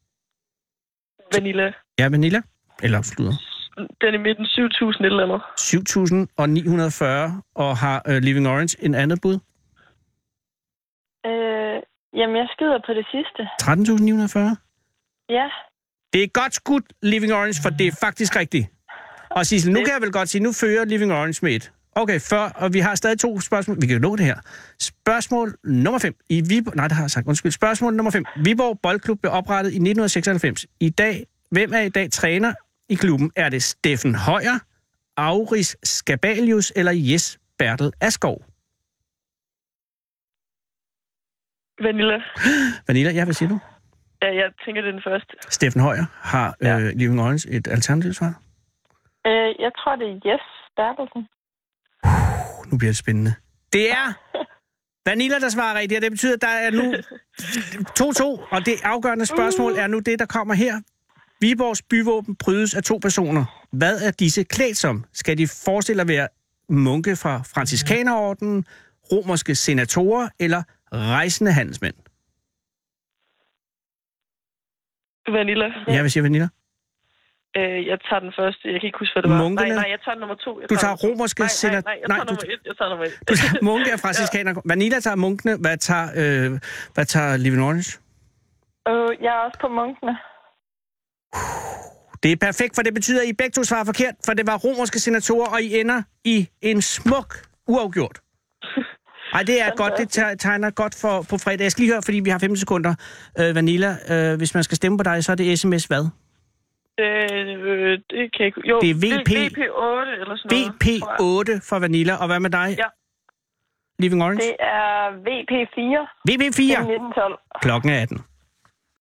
Vanilla. Ja, Vanilla. Eller slutter. Den er i midten syv tusind eller andet. syv tusind ni hundrede og fyrre, og har uh, Living Orange en andet bud? Øh, jamen, jeg skyder på det sidste. tretten tusind ni hundrede og fyrre? Ja. Det er godt skudt, Living Orange, for det er faktisk rigtigt. Og Sissel, nu kan jeg vel godt sige, nu fører Living Orange med et. Okay, før, og vi har stadig to spørgsmål. Vi kan jo nå det her. Spørgsmål nummer fem. I Viborg... Nej, det har jeg sagt. Undskyld. Spørgsmål nummer fem. Viborg Boldklub blev oprettet i nitten seksoghalvfems. I dag... Hvem er i dag træner i klubben? Er det Steffen Højer, Auris Skabalius eller Jes Bertel Askov? Vanilla. Vanilla, ja, hvad siger du? Ja, jeg tænker, det er den første. Steffen Højer. Har ja. øh, Living Orange et alternativt svar? Øh, jeg tror, det er Jes Bertelsen. Uh, nu bliver det spændende. Det er Vanilla, der svarer rigtigt, og det betyder, at der er nu to to, og det afgørende spørgsmål er nu det, der kommer her. Viborgs byvåben prydes af to personer. Hvad er disse klædt som? Skal de forestille at være munke fra Franciskanerordenen, romerske senatorer eller rejsende handelsmænd? Vanilla. Ja, hvad siger Vanilla? Øh, jeg tager den første. Jeg kan ikke huske, hvad det var. Munkene? Nej, nej, jeg tager nummer to. Jeg du tager romerske senatorer? Nej, nej, nej, jeg tager nej, nummer du... et. Jeg tager nummer et. Du tager munke af franciskaner. Vanilla tager munkene. Hvad tager, øh, hvad tager Living Orange? Øh, jeg er også på munkene. Det er perfekt, for det betyder, at I begge to svarer forkert, for det var romerske senatorer, og I ender i en smuk uafgjort. Ej, det er godt. Det tegner godt for på fredag. Jeg skal lige høre, fordi vi har femten sekunder. Øh, Vanilla, øh, hvis man skal stemme på dig, så er det sms hvad? Øh, det kan jeg ikke... Jo, det er V P, V P otte eller sådan noget. V P otte for Vanilla, og hvad med dig? Ja. Living Orange? Det er V P fire. V P fire? nitten tolv. Klokken er atten.